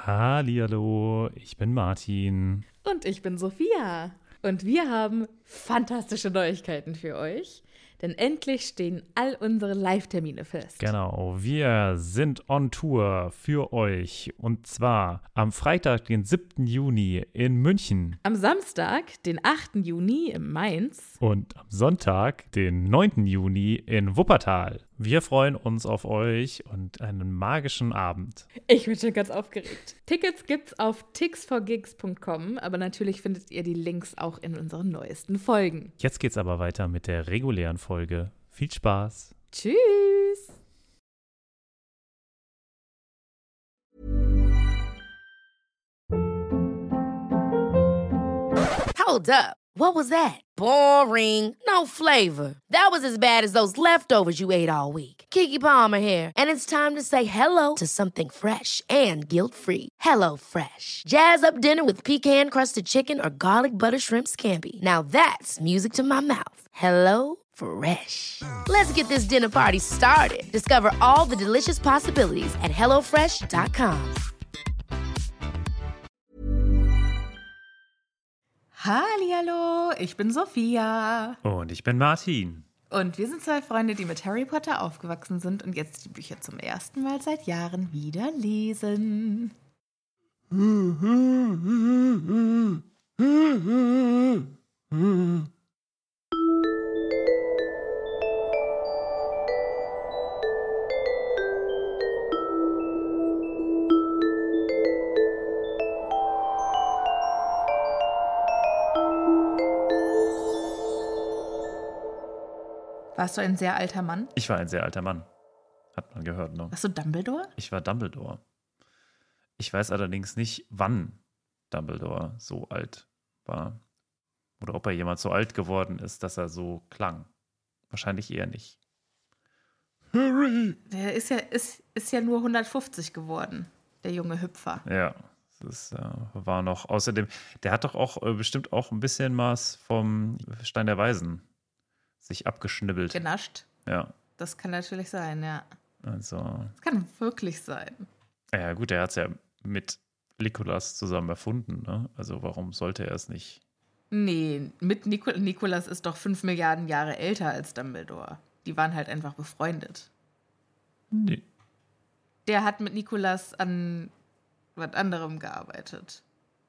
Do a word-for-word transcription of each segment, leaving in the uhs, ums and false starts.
Hallihallo, ich bin Martin. Und ich bin Sophia. Und wir haben fantastische Neuigkeiten für euch. Denn endlich stehen all unsere Live-Termine fest. Genau, wir sind on Tour für euch. Und zwar am Freitag, den siebten Juni in München. Am Samstag, den achten Juni in Mainz. Und am Sonntag, den neunten Juni in Wuppertal. Wir freuen uns auf euch und einen magischen Abend. Ich bin schon ganz aufgeregt. Tickets gibt's auf tix for gigs punkt com, aber natürlich findet ihr die Links auch in unseren neuesten Folgen. Jetzt geht's aber weiter mit der regulären Folge. Viel Spaß. Tschüss. Hold up. What was that? Boring. No flavor. That was as bad as those leftovers you ate all week. Keke Palmer here, and it's time to say hello to something fresh and guilt-free. Hello Fresh. Jazz up dinner with pecan-crusted chicken or garlic butter shrimp scampi. Now that's music to my mouth. Hello Fresh. Let's get this dinner party started. Discover all the delicious possibilities at hello fresh dot com. Hallihallo, ich bin Sophia. Und ich bin Martin. Und wir sind zwei Freunde, die mit Harry Potter aufgewachsen sind und jetzt die Bücher zum ersten Mal seit Jahren wieder lesen. Warst du ein sehr alter Mann? Ich war ein sehr alter Mann. Hat man gehört, ne? Warst du Dumbledore? Ich war Dumbledore. Ich weiß allerdings nicht, wann Dumbledore so alt war. Oder ob er jemals so alt geworden ist, dass er so klang. Wahrscheinlich eher nicht. Harry! Der ist ja, ist, ist ja nur hundertfünfzig geworden, der junge Hüpfer. Ja, das äh, war noch. Außerdem, der hat doch auch äh, bestimmt auch ein bisschen was vom Stein der Weisen sich abgeschnibbelt. Genascht? Ja. Das kann natürlich sein, ja. Also. Das kann wirklich sein. Ja, gut, er hat es ja mit Nikolas zusammen erfunden, ne? Also warum sollte er es nicht? Nee, mit Nico- Nikolas ist doch fünf Milliarden Jahre älter als Dumbledore. Die waren halt einfach befreundet. Nee. Der hat mit Nikolas an was anderem gearbeitet.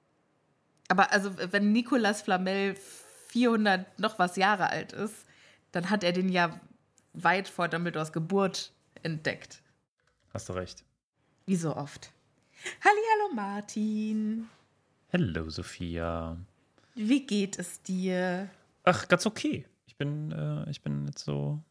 Aber also, wenn Nikolas Flamel vierhundert noch was Jahre alt ist, dann hat er den ja weit vor Dumbledores Geburt entdeckt. Hast du recht. Wie so oft. Hallihallo Martin. Hallo Sophia. Wie geht es dir? Ach, ganz okay. Ich bin, äh, ich bin jetzt so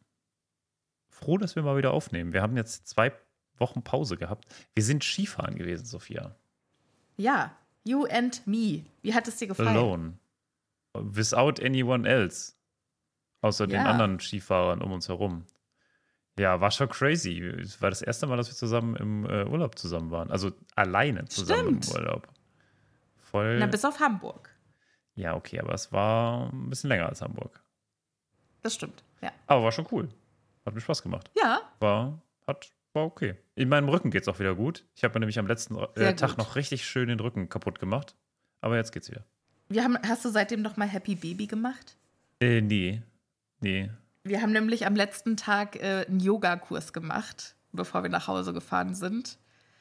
froh, dass wir mal wieder aufnehmen. Wir haben jetzt zwei Wochen Pause gehabt. Wir sind Skifahren gewesen, Sophia. Ja, you and me. Wie hat es dir gefallen? Alone. Without anyone else. Außer Ja. den anderen Skifahrern um uns herum. Ja, war schon crazy. Es war das erste Mal, dass wir zusammen im äh, Urlaub zusammen waren. Also alleine zusammen Stimmt. im Urlaub. Voll. Na, bis auf Hamburg. Ja, okay, aber es war ein bisschen länger als Hamburg. Das stimmt, ja. Aber war schon cool. Hat mir Spaß gemacht. Ja, War, hat, war okay. In meinem Rücken geht's auch wieder gut. Ich habe mir nämlich am letzten äh, Sehr Tag gut. noch richtig schön den Rücken kaputt gemacht. Aber jetzt geht's wieder. wir haben, hast du seitdem noch mal Happy Baby gemacht? Äh, nee. Nee. Wir haben nämlich am letzten Tag äh, einen Yogakurs gemacht, bevor wir nach Hause gefahren sind.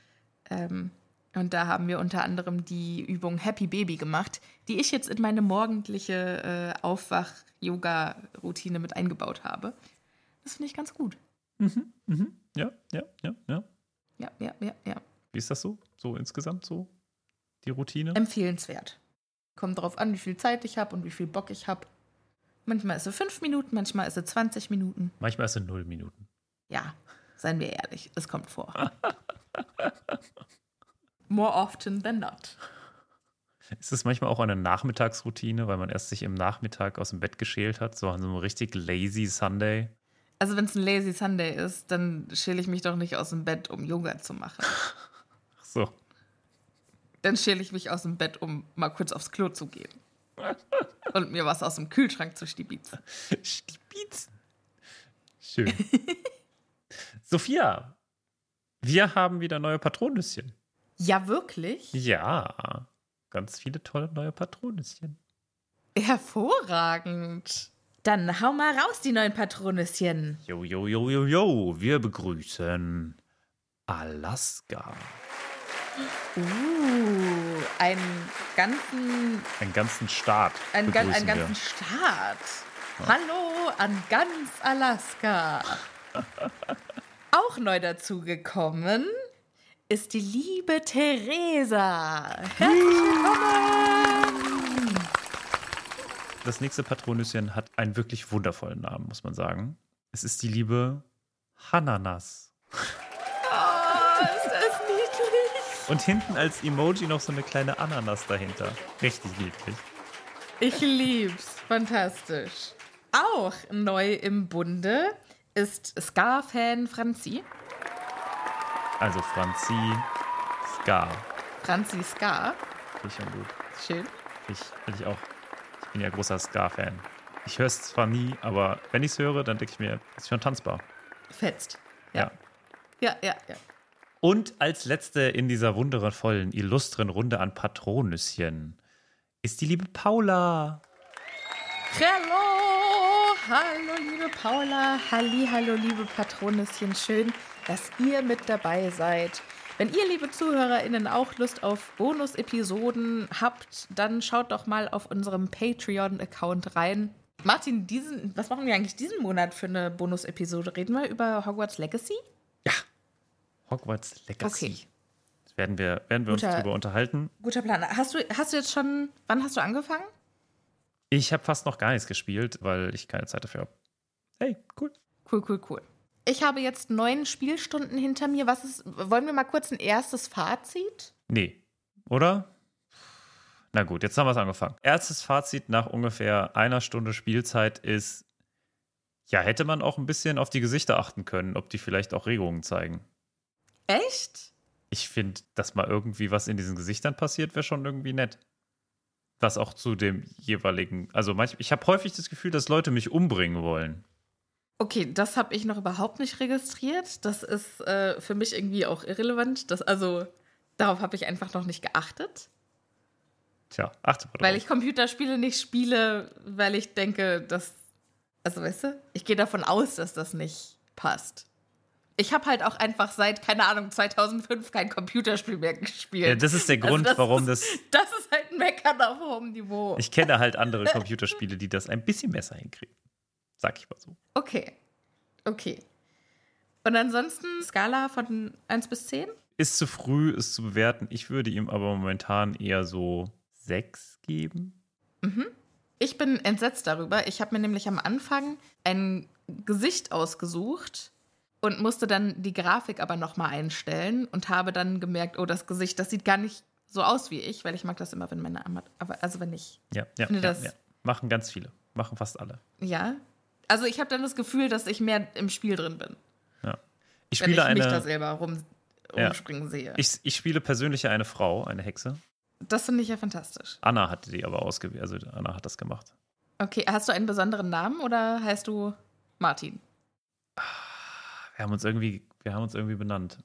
Ähm, und da haben wir unter anderem die Übung Happy Baby gemacht, die ich jetzt in meine morgendliche äh, Aufwach-Yoga-Routine mit eingebaut habe. Das finde ich ganz gut. Mhm, mhm. Ja, ja, ja, ja. Ja, ja, ja, ja. Wie ist das so? So insgesamt so? Die Routine? Empfehlenswert. Kommt drauf an, wie viel Zeit ich habe und wie viel Bock ich habe. Manchmal ist es fünf Minuten, manchmal ist es zwanzig Minuten. Manchmal ist es null Minuten. Ja, seien wir ehrlich, es kommt vor. More often than not. Ist es manchmal auch eine Nachmittagsroutine, weil man erst sich im Nachmittag aus dem Bett geschält hat? So an so einem richtig lazy Sunday? Also wenn es ein Lazy Sunday ist, dann schäle ich mich doch nicht aus dem Bett, um Yoga zu machen. Ach so. Dann schäle ich mich aus dem Bett, um mal kurz aufs Klo zu gehen. Und mir was aus dem Kühlschrank zu stibitzen. Stibitzen. Schön. Sophia, wir haben wieder neue Patronüschen. Ja, wirklich? Ja, ganz viele tolle neue Patronüschen. Hervorragend. Dann hau mal raus, die neuen Patronüschen. Jo, jo, jo, jo, jo. Wir begrüßen Alaska. Uh, einen ganzen, Einen ganzen Staat. einen, gan- einen begrüßen ganzen Staat. Hallo an ganz Alaska. Auch neu dazugekommen ist die liebe Theresa. Herzlich willkommen. Das nächste Patronüschen hat einen wirklich wundervollen Namen, muss man sagen. Es ist die liebe Hananas. Oh, ist das niedlich. Und hinten als Emoji noch so eine kleine Ananas dahinter. Richtig niedlich. Ich lieb's. Fantastisch. Auch neu im Bunde ist Ska-Fan Franzi. Also Franzi Ska. Franzi Ska. Finde ich schon gut. Schön. Ich, bin ich auch. Ich bin ja großer Ska-Fan. Ich höre es zwar nie, aber wenn ich es höre, dann denke ich mir, ist schon tanzbar. Fetzt. Ja. Ja, ja, ja. Und als letzte in dieser wundervollen, illustren Runde an Patronüschen ist die liebe Paula. Hallo, hallo liebe Paula, halli, hallo liebe Patronüschen, schön, dass ihr mit dabei seid. Wenn ihr, liebe ZuhörerInnen, auch Lust auf Bonus-Episoden habt, dann schaut doch mal auf unserem Patreon-Account rein. Martin, diesen, was machen wir eigentlich diesen Monat für eine Bonus-Episode? Reden wir über Hogwarts Legacy? Ja, Hogwarts Legacy. Okay. Das werden wir, werden wir uns Guter- drüber unterhalten. Guter Plan. Hast du, hast du jetzt schon, wann hast du angefangen? Ich habe fast noch gar nichts gespielt, weil ich keine Zeit dafür habe. Hey, cool. Cool, cool, cool. Ich habe jetzt neun Spielstunden hinter mir. Was ist, wollen wir mal kurz ein erstes Fazit? Nee, oder? Na gut, jetzt haben wir es angefangen. Erstes Fazit nach ungefähr einer Stunde Spielzeit ist, ja, hätte man auch ein bisschen auf die Gesichter achten können, ob die vielleicht auch Regungen zeigen. Echt? Ich finde, dass mal irgendwie was in diesen Gesichtern passiert, wäre schon irgendwie nett. Was auch zu dem jeweiligen, also manchmal, ich habe häufig das Gefühl, dass Leute mich umbringen wollen. Okay, das habe ich noch überhaupt nicht registriert. Das ist äh, für mich irgendwie auch irrelevant. Das, also, darauf habe ich einfach noch nicht geachtet. Tja, achte mal drauf. Weil ich Computerspiele nicht spiele, weil ich denke, dass. Also, weißt du, ich gehe davon aus, dass das nicht passt. Ich habe halt auch einfach seit, keine Ahnung, zweitausendfünf kein Computerspiel mehr gespielt. Ja, das ist der Also Grund, das warum ist, das. Das ist halt ein Meckern auf hohem Niveau. Ich kenne halt andere Computerspiele, die das ein bisschen besser hinkriegen. Sag ich mal so. Okay. Okay. Und ansonsten Skala von eins bis zehn? Ist zu früh, es zu bewerten. Ich würde ihm aber momentan eher so sechs geben. Mhm. Ich bin entsetzt darüber. Ich habe mir nämlich am Anfang ein Gesicht ausgesucht und musste dann die Grafik aber nochmal einstellen und habe dann gemerkt, oh, das Gesicht, das sieht gar nicht so aus wie ich, weil ich mag das immer, wenn meine Arme, aber also wenn ich, Ja, ja, Finde ja, das- ja. Machen ganz viele. Machen fast alle. ja. Also ich habe dann das Gefühl, dass ich mehr im Spiel drin bin, Ja. Ich wenn spiele ich mich da eine. selber rum, Ja. rumspringen sehe. Ich, ich spiele persönlich eine Frau, eine Hexe. Das finde ich ja fantastisch. Anna hatte die aber ausgewählt. Also Anna hat das gemacht. Okay, hast du einen besonderen Namen oder heißt du Martin? Wir haben uns irgendwie, wir haben uns irgendwie benannt.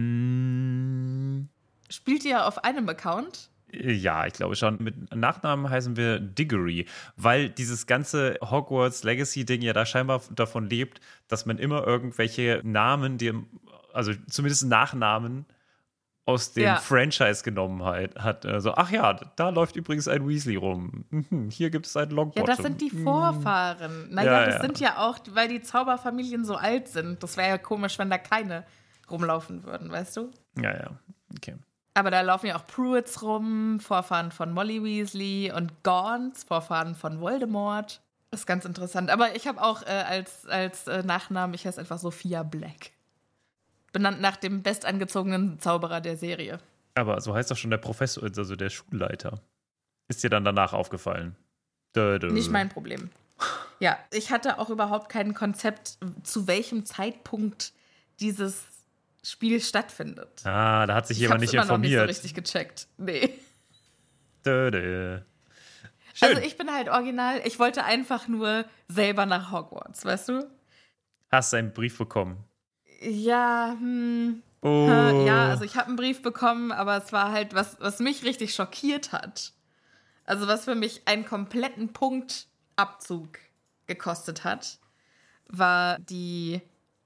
Mm, Spielt ihr auf einem Account? ja, ich glaube schon. Mit Nachnamen heißen wir Diggory, weil dieses ganze Hogwarts Legacy-Ding ja da scheinbar davon lebt, dass man immer irgendwelche Namen, die, also zumindest Nachnamen aus dem Ja. Franchise genommen hat. hat. Also, ach ja, da läuft übrigens ein Weasley rum. Mhm, hier gibt es einen Longbottom. Ja, das sind die Vorfahren. Naja, Ja, das ja. sind ja auch, weil die Zauberfamilien so alt sind. Das wäre ja komisch, wenn da keine rumlaufen würden, weißt du? Ja, ja, okay. Aber da laufen ja auch Pruitts rum, Vorfahren von Molly Weasley und Gaunts, Vorfahren von Voldemort. Das ist ganz interessant. Aber ich habe auch äh, als, als äh, Nachnamen, ich heiße einfach Sophia Black. Benannt nach dem bestangezogenen Zauberer der Serie. Aber so heißt doch schon der Professor, also der Schulleiter. Ist dir dann danach aufgefallen? Dö, dö. Nicht mein Problem. Ja, ich hatte auch überhaupt kein Konzept, zu welchem Zeitpunkt dieses Spiel stattfindet. Ah, da hat sich Ich jemand habe nicht immer noch nicht so informiert. richtig gecheckt. Nee. Dö, dö. Schön. Also ich bin halt original, ich wollte einfach nur selber nach Hogwarts, weißt du? Hast einen Brief bekommen. Ja, hm, Oh. Ja, also ich habe einen Brief bekommen, aber es war halt, was, was mich richtig schockiert hat. Also was für mich einen kompletten Punktabzug gekostet hat, war die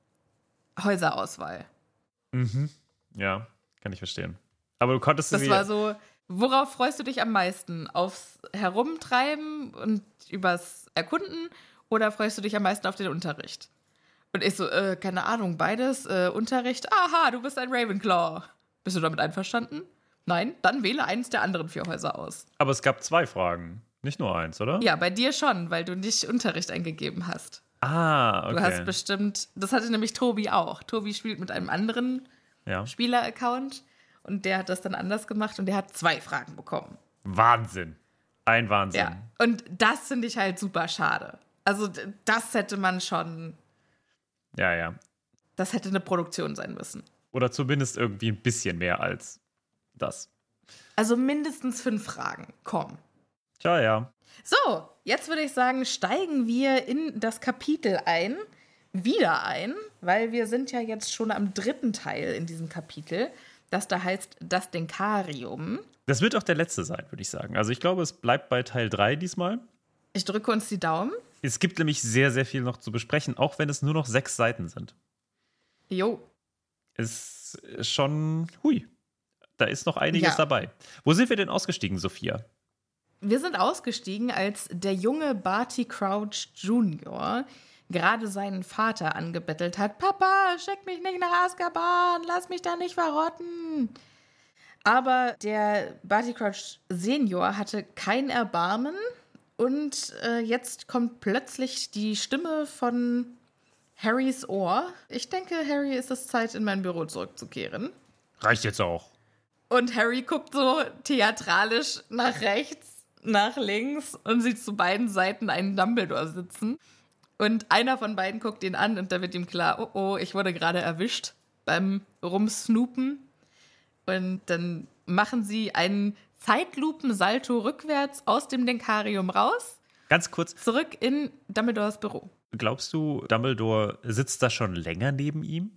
Häuserauswahl. Mhm. Ja, kann ich verstehen. Aber du konntest Das sie... war so, worauf freust du dich am meisten? Aufs Herumtreiben und übers Erkunden oder freust du dich am meisten auf den Unterricht? Und ich so, äh, keine Ahnung, beides, äh, Unterricht, aha, du bist ein Ravenclaw. Bist du damit einverstanden? Nein? Dann wähle eins der anderen vier Häuser aus. Aber es gab zwei Fragen, nicht nur eins, oder? Ja, bei dir schon, weil du nicht Unterricht eingegeben hast. Ah, okay. Du hast bestimmt, das hatte nämlich Tobi auch. Tobi spielt mit einem anderen ja. Spieler-Account und der hat das dann anders gemacht und der hat zwei Fragen bekommen. Wahnsinn. Ein Wahnsinn. Ja, und das finde ich halt super schade. Also das hätte man schon... Ja, ja. Das hätte eine Produktion sein müssen. Oder zumindest irgendwie ein bisschen mehr als das. Also mindestens fünf Fragen. Komm. Tja, ja. So, jetzt würde ich sagen, steigen wir in das Kapitel ein. Wieder ein, weil wir sind ja jetzt schon am dritten Teil in diesem Kapitel. Das da heißt das Denkarium. Das wird auch der letzte sein, würde ich sagen. Also ich glaube, es bleibt bei Teil drei diesmal. Ich drücke uns die Daumen. Es gibt nämlich sehr, sehr viel noch zu besprechen, auch wenn es nur noch sechs Seiten sind. Jo. Ist schon, hui, da ist noch einiges Ja. dabei. Wo sind wir denn ausgestiegen, Sophia? Wir sind ausgestiegen, als der junge Barty Crouch Junior gerade seinen Vater angebettelt hat. Papa, schick mich nicht nach Azkaban, lass mich da nicht verrotten. Aber der Barty Crouch Senior hatte kein Erbarmen und äh, jetzt kommt plötzlich die Stimme von Harrys Ohr. Ich denke, Harry, ist es Zeit, in mein Büro zurückzukehren. Reicht jetzt auch. Und Harry guckt so theatralisch nach rechts, nach links und sieht zu beiden Seiten einen Dumbledore sitzen. Und einer von beiden guckt ihn an und da wird ihm klar, oh oh, ich wurde gerade erwischt beim Rumsnoopen. Und dann machen sie einen Zeitlupensalto rückwärts aus dem Denkarium raus. Ganz kurz. Zurück in Dumbledores Büro. Glaubst du, Dumbledore sitzt da schon länger neben ihm?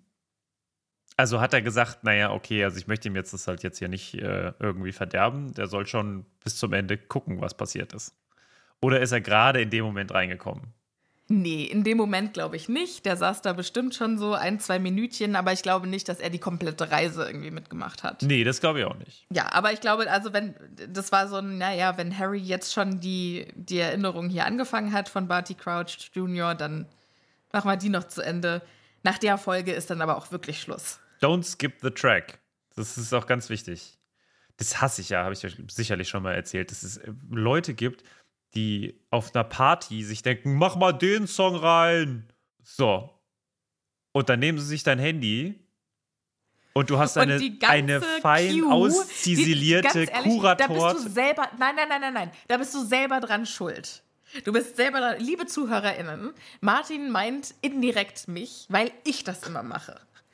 Also hat er gesagt, naja, okay, also ich möchte ihm jetzt das halt jetzt hier nicht äh, irgendwie verderben. Der soll schon bis zum Ende gucken, was passiert ist. Oder ist er gerade in dem Moment reingekommen? Nee, in dem Moment glaube ich nicht. Der saß da bestimmt schon so ein, zwei Minütchen, aber ich glaube nicht, dass er die komplette Reise irgendwie mitgemacht hat. Nee, das glaube ich auch nicht. Ja, aber ich glaube, also wenn, das war so ein, naja, wenn Harry jetzt schon die, die Erinnerung hier angefangen hat von Barty Crouch Junior, dann machen wir die noch zu Ende. Nach der Folge ist dann aber auch wirklich Schluss. Don't skip the track. Das ist auch ganz wichtig. Das hasse ich ja, habe ich euch sicherlich schon mal erzählt, dass es Leute gibt, die auf einer Party sich denken, mach mal den Song rein. So. Und dann nehmen sie sich dein Handy und du hast Und eine, die ganze eine fein Cue, ausziselierte die, ganz ehrlich, da Kurator. bist du selber, nein, nein, nein, nein, nein, da bist du selber dran schuld. Du bist selber dran, liebe ZuhörerInnen, Martin meint indirekt mich, weil ich das immer mache.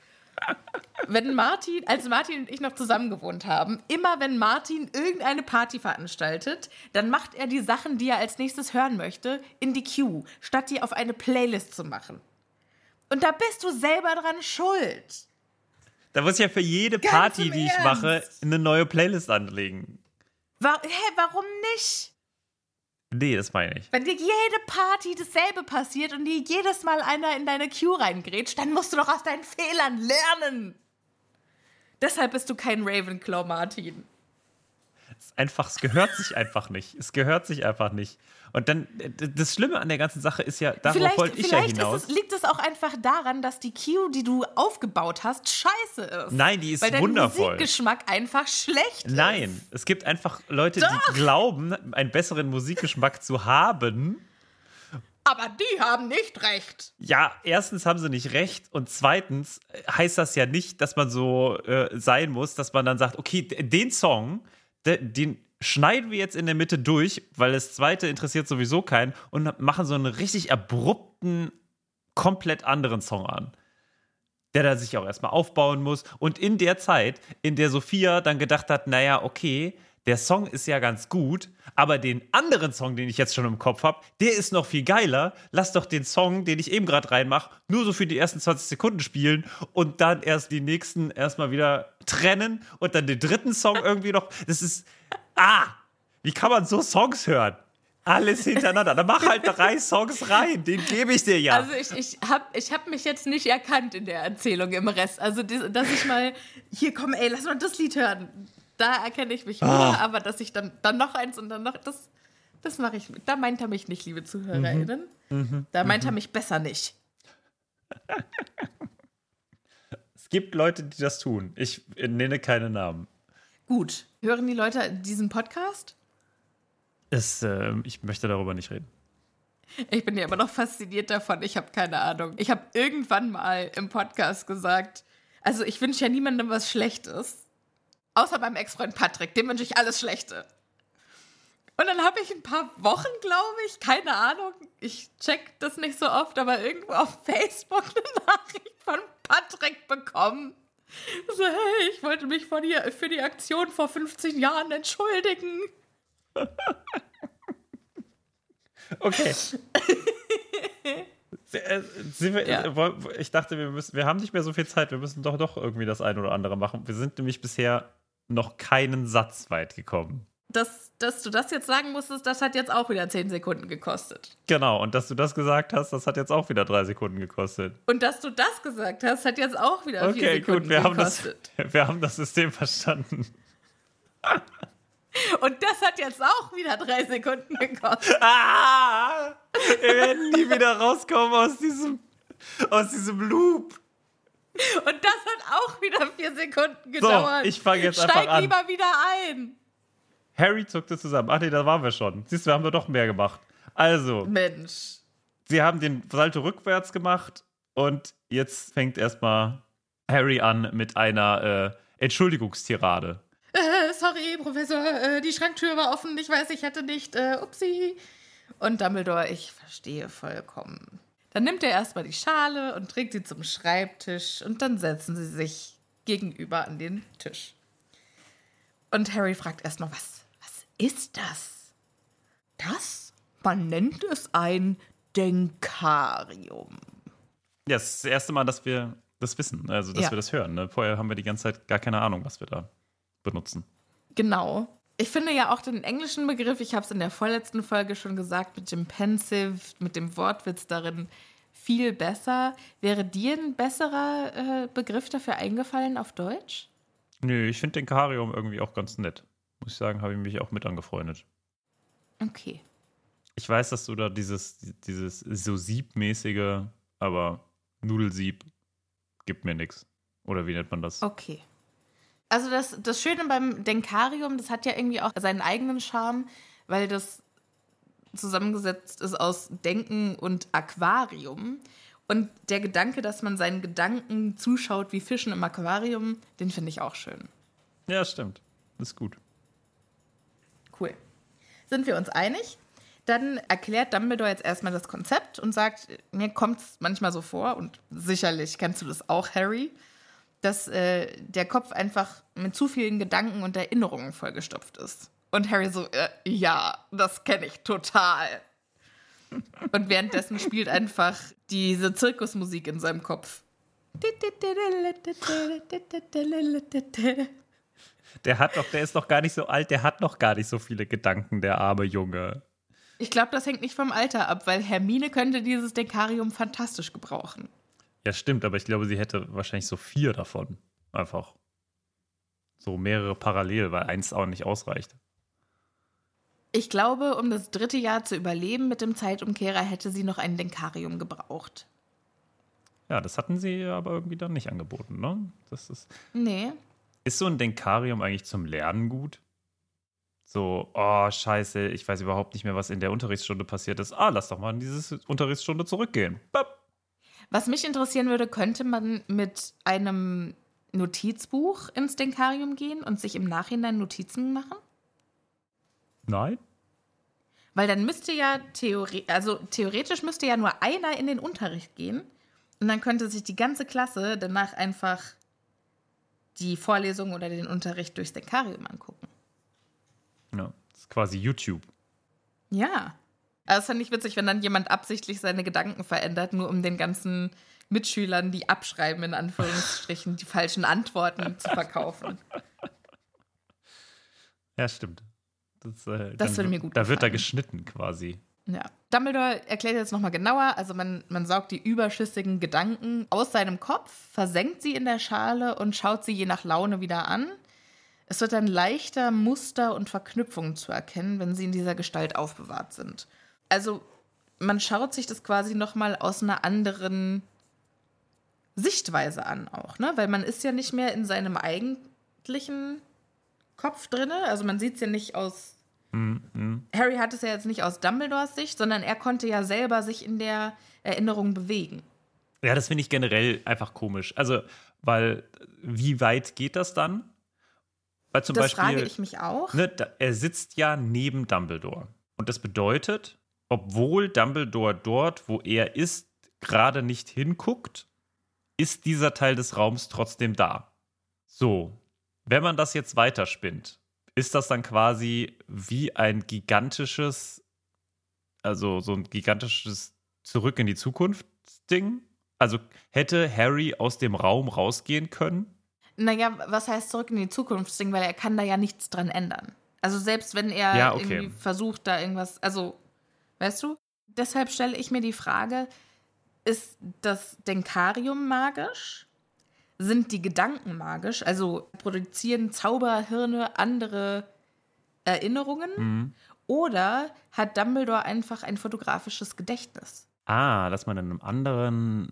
Wenn Martin, als Martin und ich noch zusammen gewohnt haben, immer wenn Martin irgendeine Party veranstaltet, dann macht er die Sachen, die er als nächstes hören möchte, in die Queue, statt die auf eine Playlist zu machen. Und da bist du selber dran schuld. Da muss ich ja für jede Ganz Party, im die ich Ernst. mache, eine neue Playlist anlegen. Wa- Hä, warum nicht? Nee, das meine ich. Wenn dir jede Party dasselbe passiert und dir jedes Mal einer in deine Queue reingrätscht, dann musst du doch aus deinen Fehlern lernen. Deshalb bist du kein Ravenclaw, Martin. Es ist einfach, es gehört sich einfach nicht. Es gehört sich einfach nicht. Und dann, das Schlimme an der ganzen Sache ist ja, darauf Vielleicht, wollte ich ja vielleicht hinaus. ist es, liegt es auch einfach daran, dass die Queue, die du aufgebaut hast, scheiße ist. Nein, die ist weil dein wundervoll. Musikgeschmack einfach schlecht ist. Nein, es gibt einfach Leute, Doch. die glauben, einen besseren Musikgeschmack zu haben. Aber die haben nicht recht. Ja, erstens haben sie nicht recht und zweitens heißt das ja nicht, dass man so äh, sein muss, dass man dann sagt, okay, den Song, de, den schneiden wir jetzt in der Mitte durch, weil das zweite interessiert sowieso keinen und machen so einen richtig abrupten, komplett anderen Song an, der da sich auch erstmal aufbauen muss. Und in der Zeit, in der Sophia dann gedacht hat, naja, okay, der Song ist ja ganz gut, aber den anderen Song, den ich jetzt schon im Kopf habe, der ist noch viel geiler. Lass doch den Song, den ich eben gerade reinmache, nur so für die ersten zwanzig Sekunden spielen und dann erst die nächsten erstmal wieder trennen und dann den dritten Song irgendwie noch. Das ist, ah, wie kann man so Songs hören? Alles hintereinander. Dann mach halt drei Songs rein, den gebe ich dir ja. Also ich, ich habe ich hab mich jetzt nicht erkannt in der Erzählung im Rest. Also dass ich mal, hier komm ey, lass mal das Lied hören. Da erkenne ich mich nur, ah. aber dass ich dann, dann noch eins und dann noch, das, das mache ich, da meint er mich nicht, liebe ZuhörerInnen. Mhm. Da meint mhm. er mich besser nicht. Es gibt Leute, die das tun. Ich nenne keine Namen. Gut. Hören die Leute diesen Podcast? Es, äh, ich möchte darüber nicht reden. Ich bin ja immer noch fasziniert davon. Ich habe keine Ahnung. Ich habe irgendwann mal im Podcast gesagt, also ich wünsche ja niemandem was Schlechtes. Außer meinem Ex-Freund Patrick, dem wünsche ich alles Schlechte. Und dann habe ich ein paar Wochen, glaube ich, keine Ahnung, ich check das nicht so oft, aber irgendwo auf Facebook eine Nachricht von Patrick bekommen. So, hey, ich wollte mich von dir für die Aktion vor fünfzehn Jahren entschuldigen. Okay. Wir, ja. Ich dachte, wir, müssen, wir haben nicht mehr so viel Zeit, wir müssen doch doch irgendwie das ein oder andere machen. Wir sind nämlich bisher noch keinen Satz weit gekommen. Dass, dass du das jetzt sagen musstest, das hat jetzt auch wieder zehn Sekunden gekostet. Genau, und dass du das gesagt hast, das hat jetzt auch wieder drei Sekunden gekostet. Und dass du das gesagt hast, hat jetzt auch wieder okay, vier Sekunden gut, wir gekostet. Haben das, wir haben das System verstanden. Und das hat jetzt auch wieder drei Sekunden gekostet. Ah! Wir werden nie wieder rauskommen aus diesem, aus diesem Loop. Und das hat auch wieder vier Sekunden gedauert. So, ich fange jetzt Steig einfach an. Steig lieber wieder ein. Harry zuckte zusammen. Ach nee, da waren wir schon. Siehst du, wir haben da doch mehr gemacht. Also. Mensch. Sie haben den Salto rückwärts gemacht und jetzt fängt erstmal Harry an mit einer äh, Entschuldigungstirade. Äh, sorry, Professor, äh, die Schranktür war offen. Ich weiß, ich hätte nicht. Äh, upsi. Und Dumbledore, ich verstehe vollkommen. Dann nimmt er erstmal die Schale und trägt sie zum Schreibtisch und dann setzen sie sich gegenüber an den Tisch. Und Harry fragt erstmal, was, was ist das? Das? Man nennt es ein Denkarium. Ja, das ist das erste Mal, dass wir das wissen, also dass ja. wir das hören. Ne? Vorher haben wir die ganze Zeit gar keine Ahnung, was wir da benutzen. Genau. Ich finde ja auch den englischen Begriff, ich habe es in der vorletzten Folge schon gesagt, mit dem Pensive, mit dem Wortwitz darin, viel besser. Wäre dir ein besserer äh, Begriff dafür eingefallen auf Deutsch? Nö, ich finde Denkarium irgendwie auch ganz nett. Muss ich sagen, habe ich mich auch mit angefreundet. Okay. Ich weiß, dass du da dieses, dieses so Siebmäßige, aber Nudelsieb gibt mir nichts. Oder wie nennt man das? Okay. Also das, das Schöne beim Denkarium, das hat ja irgendwie auch seinen eigenen Charme, weil das zusammengesetzt ist aus Denken und Aquarium. Und der Gedanke, dass man seinen Gedanken zuschaut wie Fischen im Aquarium, den finde ich auch schön. Ja, stimmt. Das ist gut. Cool. Sind wir uns einig? Dann erklärt Dumbledore jetzt erstmal das Konzept und sagt, mir kommt es manchmal so vor, und sicherlich kennst du das auch, Harry, dass äh, der Kopf einfach mit zu vielen Gedanken und Erinnerungen vollgestopft ist. Und Harry so, äh, ja, das kenne ich total. Und währenddessen spielt einfach diese Zirkusmusik in seinem Kopf. Der hat doch, der ist doch gar nicht so alt, der hat noch gar nicht so viele Gedanken, der arme Junge. Ich glaube, das hängt nicht vom Alter ab, weil Hermine könnte dieses Denkarium fantastisch gebrauchen. Ja, stimmt, aber ich glaube, sie hätte wahrscheinlich so vier davon. Einfach. So mehrere parallel, weil eins auch nicht ausreicht. Ich glaube, um das dritte Jahr zu überleben mit dem Zeitumkehrer, hätte sie noch ein Denkarium gebraucht. Ja, das hatten sie aber irgendwie dann nicht angeboten, ne? Das ist. Nee. Ist so ein Denkarium eigentlich zum Lernen gut? So, oh, scheiße, ich weiß überhaupt nicht mehr, was in der Unterrichtsstunde passiert ist. Ah, lass doch mal in diese Unterrichtsstunde zurückgehen. Bap. Was mich interessieren würde, könnte man mit einem Notizbuch ins Denkarium gehen und sich im Nachhinein Notizen machen? Nein. Weil dann müsste ja, theore- also theoretisch müsste ja nur einer in den Unterricht gehen und dann könnte sich die ganze Klasse danach einfach die Vorlesung oder den Unterricht durchs Denkarium angucken. Das ist quasi YouTube. Ja. Aber das fand ich witzig, wenn dann jemand absichtlich seine Gedanken verändert, nur um den ganzen Mitschülern, die abschreiben, in Anführungsstrichen, die falschen Antworten zu verkaufen. Ja, stimmt. Das, äh, Das dann, würde mir gut Da gefallen. wird da geschnitten quasi. Ja. Dumbledore erklärt jetzt nochmal genauer, also man, man saugt die überschüssigen Gedanken aus seinem Kopf, versenkt sie in der Schale und schaut sie je nach Laune wieder an. Es wird dann leichter, Muster und Verknüpfungen zu erkennen, wenn sie in dieser Gestalt aufbewahrt sind. Also man schaut sich das quasi nochmal aus einer anderen Sichtweise an auch, ne? Weil man ist ja nicht mehr in seinem eigentlichen Kopf drin, also man sieht es ja nicht aus Mhm. Harry hat es ja jetzt nicht aus Dumbledores Sicht, sondern er konnte ja selber sich in der Erinnerung bewegen. Ja, das finde ich generell einfach komisch. Also, weil, wie weit geht das dann? Weil zum Das Beispiel, frage ich mich auch. Ne, da, er sitzt ja neben Dumbledore. Und das bedeutet, obwohl Dumbledore dort, wo er ist, gerade nicht hinguckt, ist dieser Teil des Raums trotzdem da. So, wenn man das jetzt weiterspinnt, ist das dann quasi wie ein gigantisches, also so ein gigantisches Zurück in die Zukunft-Ding? Also hätte Harry aus dem Raum rausgehen können? Naja, was heißt zurück in die Zukunft Ding, weil er kann da ja nichts dran ändern. Also selbst wenn er Ja, okay. irgendwie versucht, da irgendwas, also, weißt du? Deshalb stelle ich mir die Frage, ist das Denkarium magisch? Sind die Gedanken magisch? Also produzieren Zauberhirne andere Erinnerungen? Mhm. Oder hat Dumbledore einfach ein fotografisches Gedächtnis? Ah, dass man in einem anderen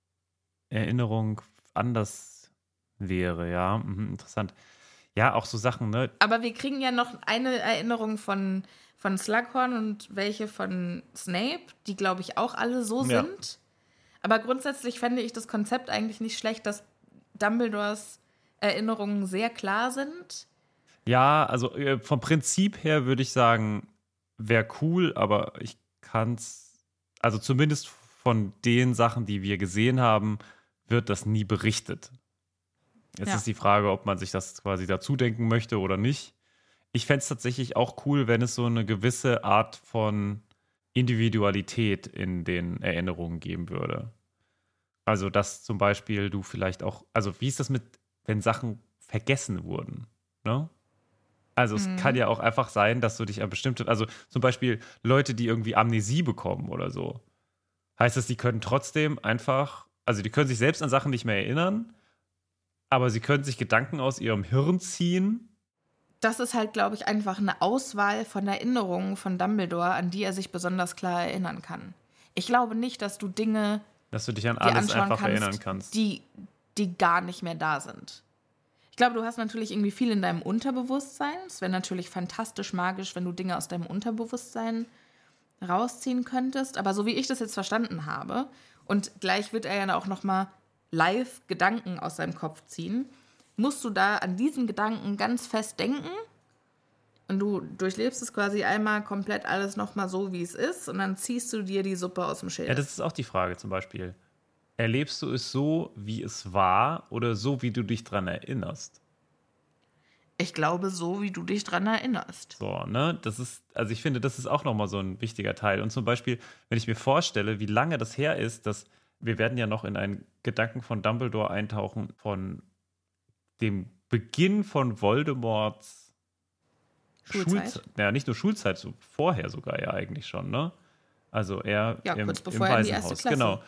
Erinnerung anders wäre, ja. Mhm, interessant. Ja, auch so Sachen, ne? Aber wir kriegen ja noch eine Erinnerung von, von Slughorn und welche von Snape, die, glaube ich, auch alle so Ja. sind. Aber grundsätzlich fände ich das Konzept eigentlich nicht schlecht, dass Dumbledores Erinnerungen sehr klar sind. Ja, also äh, vom Prinzip her würde ich sagen, wäre cool, aber ich kann es, also zumindest von den Sachen, die wir gesehen haben, wird das nie berichtet. Jetzt Ja. ist die Frage, ob man sich das quasi dazu denken möchte oder nicht. Ich fände es tatsächlich auch cool, wenn es so eine gewisse Art von Individualität in den Erinnerungen geben würde. Also, dass zum Beispiel du vielleicht auch, also wie ist das mit, wenn Sachen vergessen wurden, ne? Also es Mhm. kann ja auch einfach sein, dass du dich an bestimmte, also zum Beispiel Leute, die irgendwie Amnesie bekommen oder so. Heißt das, die können trotzdem einfach, also die können sich selbst an Sachen nicht mehr erinnern, aber sie können sich Gedanken aus ihrem Hirn ziehen. Das ist halt, glaube ich, einfach eine Auswahl von Erinnerungen von Dumbledore, an die er sich besonders klar erinnern kann. Ich glaube nicht, dass du Dinge Dass du dich an dir alles anschauen einfach kannst, erinnern kannst. Die, die gar nicht mehr da sind. Ich glaube, du hast natürlich irgendwie viel in deinem Unterbewusstsein. Es wäre natürlich fantastisch magisch, wenn du Dinge aus deinem Unterbewusstsein rausziehen könntest. Aber so wie ich das jetzt verstanden habe, und gleich wird er ja auch noch mal live Gedanken aus seinem Kopf ziehen, musst du da an diesen Gedanken ganz fest denken und du durchlebst es quasi einmal komplett alles noch mal so, wie es ist, und dann ziehst du dir die Suppe aus dem Schädel. Ja, das ist auch die Frage zum Beispiel. Erlebst du es so, wie es war oder so, wie du dich dran erinnerst? Ich glaube, so wie du dich dran erinnerst. So, ne? Das ist, also ich finde, das ist auch nochmal so ein wichtiger Teil. Und zum Beispiel, wenn ich mir vorstelle, wie lange das her ist, dass wir werden ja noch in einen Gedanken von Dumbledore eintauchen, von dem Beginn von Voldemorts Schulzeit. Schulzeit. Ja, nicht nur Schulzeit, so vorher sogar ja eigentlich schon, ne? Also er Ja, im, kurz im bevor er in die erste Waisenhaus, Klasse. genau.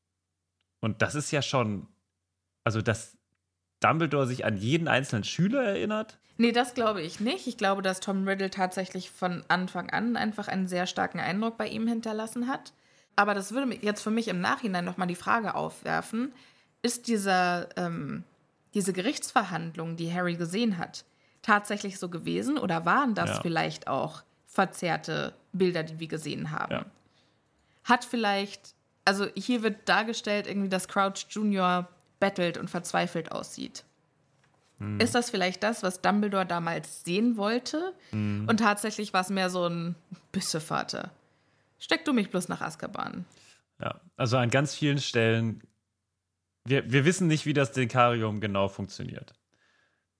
Und das ist ja schon, also dass Dumbledore sich an jeden einzelnen Schüler erinnert. Nee, das glaube ich nicht. Ich glaube, dass Tom Riddle tatsächlich von Anfang an einfach einen sehr starken Eindruck bei ihm hinterlassen hat. Aber das würde jetzt für mich im Nachhinein nochmal die Frage aufwerfen, ist dieser, ähm, diese Gerichtsverhandlung, die Harry gesehen hat, tatsächlich so gewesen oder waren das Ja. vielleicht auch verzerrte Bilder, die wir gesehen haben? Ja. Hat vielleicht, also hier wird dargestellt, irgendwie, dass Crouch Junior bettelt und verzweifelt aussieht. Hm. Ist das vielleicht das, was Dumbledore damals sehen wollte? Hm. Und tatsächlich war es mehr so ein Bissevater. Steck du mich bloß nach Azkaban. Ja, also an ganz vielen Stellen, wir, wir wissen nicht, wie das Denkarium genau funktioniert.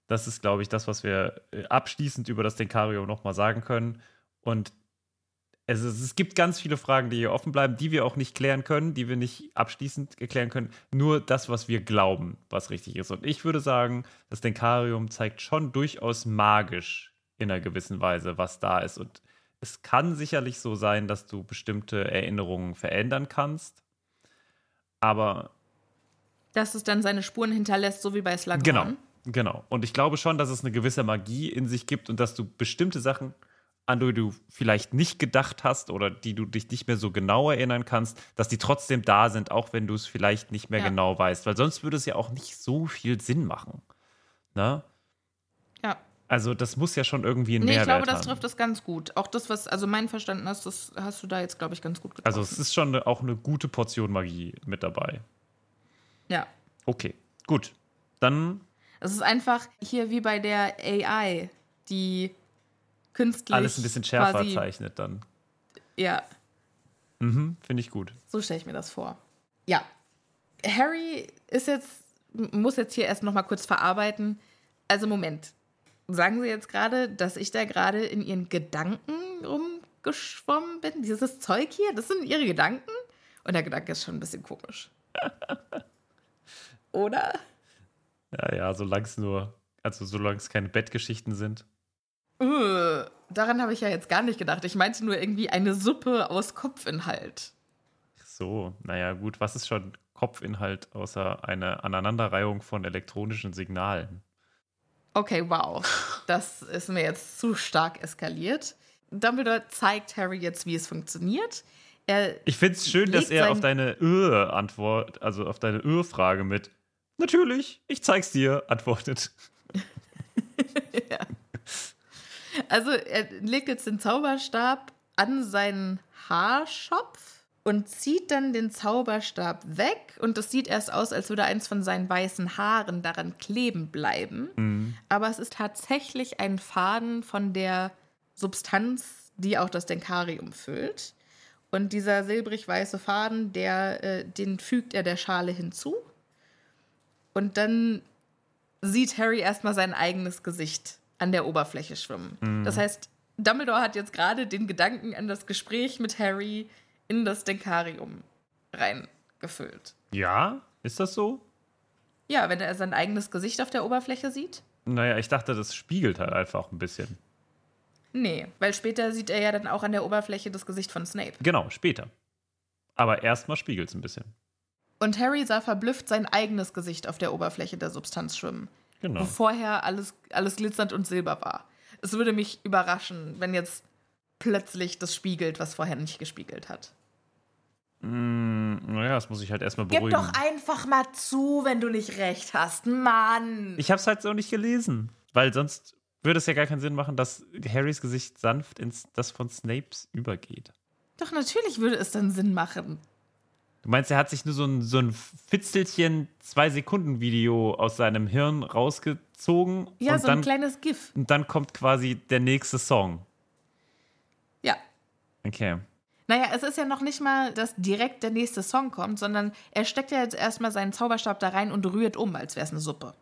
Das ist, glaube ich, das, was wir abschließend über das Denkarium nochmal sagen können. Und es, ist, es gibt ganz viele Fragen, die hier offen bleiben, die wir auch nicht klären können, die wir nicht abschließend klären können. Nur das, was wir glauben, was richtig ist. Und ich würde sagen, das Denkarium zeigt schon durchaus magisch in einer gewissen Weise, was da ist. Und es kann sicherlich so sein, dass du bestimmte Erinnerungen verändern kannst. Aber dass es dann seine Spuren hinterlässt, so wie bei Slughorn. Genau, genau. Und ich glaube schon, dass es eine gewisse Magie in sich gibt und dass du bestimmte Sachen, an die du vielleicht nicht gedacht hast oder die du dich nicht mehr so genau erinnern kannst, dass die trotzdem da sind, auch wenn du es vielleicht nicht mehr ja. genau weißt. Weil sonst würde es ja auch nicht so viel Sinn machen. Ne? Ja. Also das muss ja schon irgendwie einen nee, Mehrwert haben. Ich glaube, das trifft das ganz gut. Auch das, was, also mein Verständnis hast, das hast du da jetzt, glaube ich, ganz gut getroffen. Also es ist schon eine, auch eine gute Portion Magie mit dabei. Ja. Okay, gut. Dann Es ist einfach hier wie bei der A I, die künstlich alles ein bisschen schärfer quasi, zeichnet dann. Ja. Mhm, finde ich gut. So stelle ich mir das vor. Ja. Harry ist jetzt, muss jetzt hier erst noch mal kurz verarbeiten. Also Moment. Sagen Sie jetzt gerade, dass ich da gerade in Ihren Gedanken rumgeschwommen bin? Dieses Zeug hier, das sind Ihre Gedanken? Und der Gedanke ist schon ein bisschen komisch. Oder? Ja, ja, solange es nur, also solange es keine Bettgeschichten sind. Uh, daran habe ich ja jetzt gar nicht gedacht. Ich meinte nur irgendwie eine Suppe aus Kopfinhalt. Ach so, naja, gut, was ist schon Kopfinhalt außer eine Aneinanderreihung von elektronischen Signalen? Okay, wow. Das ist mir jetzt zu stark eskaliert. Dumbledore zeigt Harry jetzt, wie es funktioniert. Er ich finde es schön, dass er auf deine Ö-Antwort, also auf deine Ö-Frage mit natürlich, ich zeig's dir, antwortet. Ja. Also er legt jetzt den Zauberstab an seinen Haarschopf und zieht dann den Zauberstab weg. Und es sieht erst aus, als würde eins von seinen weißen Haaren daran kleben bleiben. Mhm. Aber es ist tatsächlich ein Faden von der Substanz, die auch das Denkarium füllt. Und dieser silbrig-weiße Faden, der, äh, den fügt er der Schale hinzu. Und dann sieht Harry erstmal sein eigenes Gesicht an der Oberfläche schwimmen. Mhm. Das heißt, Dumbledore hat jetzt gerade den Gedanken an das Gespräch mit Harry in das Denkarium reingefüllt. Ja? Ist das so? Ja, wenn er sein eigenes Gesicht auf der Oberfläche sieht. Naja, ich dachte, das spiegelt halt einfach ein bisschen. Nee, weil später sieht er ja dann auch an der Oberfläche das Gesicht von Snape. Genau, später. Aber erstmal spiegelt es ein bisschen. Und Harry sah verblüfft sein eigenes Gesicht auf der Oberfläche der Substanz schwimmen. Genau. Wo vorher alles, alles glitzernd und silber war. Es würde mich überraschen, wenn jetzt plötzlich das spiegelt, was vorher nicht gespiegelt hat. Mm, naja, das muss ich halt erstmal beruhigen. Gib doch einfach mal zu, wenn du nicht recht hast. Mann! Ich hab's halt so nicht gelesen. Weil sonst würde es ja gar keinen Sinn machen, dass Harrys Gesicht sanft ins das von Snapes übergeht. Doch natürlich würde es dann Sinn machen. Du meinst, er hat sich nur so ein, so ein Fitzelchen zwei-Sekunden-Video aus seinem Hirn rausgezogen? Ja, und so dann, ein kleines GIF. Und dann kommt quasi der nächste Song. Ja. Okay. Naja, es ist ja noch nicht mal, dass direkt der nächste Song kommt, sondern er steckt ja jetzt erstmal seinen Zauberstab da rein und rührt um, als wäre es eine Suppe.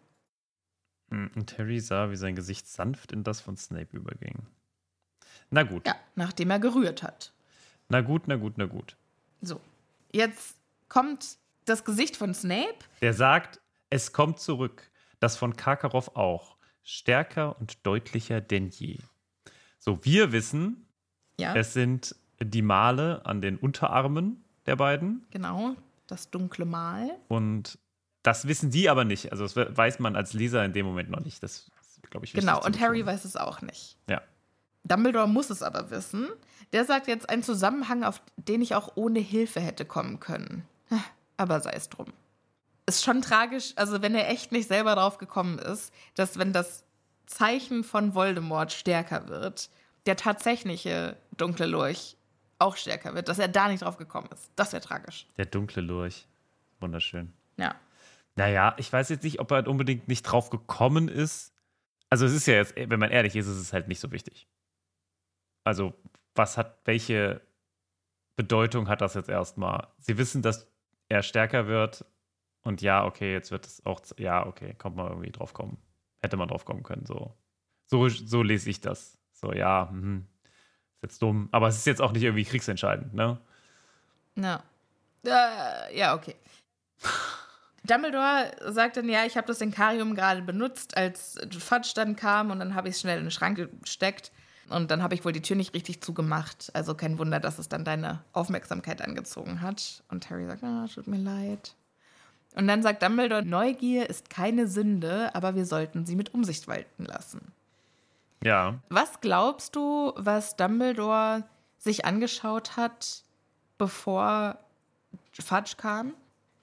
Und Harry sah, wie sein Gesicht sanft in das von Snape überging. Na gut. Ja, nachdem er gerührt hat. Na gut, na gut, na gut. So. Jetzt kommt das Gesicht von Snape. Der sagt, es kommt zurück. Das von Karkaroff auch. Stärker und deutlicher denn je. So, wir wissen, Ja. es sind die Male an den Unterarmen der beiden. Genau, das dunkle Mal. Und das wissen die aber nicht. Also das weiß man als Leser in dem Moment noch nicht. Das glaube ich, wichtig Genau, zu und betonen. Harry weiß es auch nicht. Ja. Dumbledore muss es aber wissen. Der sagt jetzt einen Zusammenhang, auf den ich auch ohne Hilfe hätte kommen können. Aber sei es drum. Ist schon tragisch, also wenn er echt nicht selber drauf gekommen ist, dass wenn das Zeichen von Voldemort stärker wird, der tatsächliche dunkle Lurch auch stärker wird, dass er da nicht drauf gekommen ist. Das wäre tragisch. Der dunkle Lurch. Wunderschön. Ja. Naja, ich weiß jetzt nicht, ob er unbedingt nicht drauf gekommen ist. Also es ist ja jetzt, wenn man ehrlich ist, ist es halt nicht so wichtig. Also was hat, welche Bedeutung hat das jetzt erstmal? Sie wissen, dass er stärker wird und ja, okay, jetzt wird es auch, ja, okay, kommt man irgendwie drauf kommen. Hätte man drauf kommen können. So, so, so lese ich das. So, ja, mhm. Ist jetzt dumm. Aber es ist jetzt auch nicht irgendwie kriegsentscheidend, ne? Ja. Äh, ja, okay. Dumbledore sagt dann, ja, ich habe das Denkarium gerade benutzt, als Fudge dann kam und dann habe ich es schnell in den Schrank gesteckt und dann habe ich wohl die Tür nicht richtig zugemacht. Also kein Wunder, dass es dann deine Aufmerksamkeit angezogen hat. Und Harry sagt, ah, tut mir leid. Und dann sagt Dumbledore, Neugier ist keine Sünde, aber wir sollten sie mit Umsicht walten lassen. Ja. Was glaubst du, was Dumbledore sich angeschaut hat, bevor Fudge kam?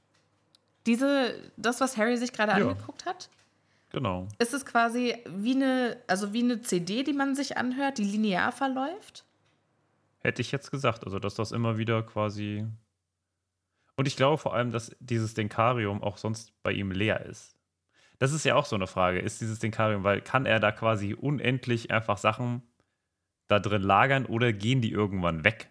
Diese, das, was Harry sich gerade Ja. angeguckt hat? Genau. Ist es quasi wie eine, also wie eine C D, die man sich anhört, die linear verläuft? Hätte ich jetzt gesagt. Also, dass das immer wieder quasi. Und ich glaube vor allem, dass dieses Denkarium auch sonst bei ihm leer ist. Das ist ja auch so eine Frage. Ist dieses Denkarium, weil kann er da quasi unendlich einfach Sachen da drin lagern oder gehen die irgendwann weg?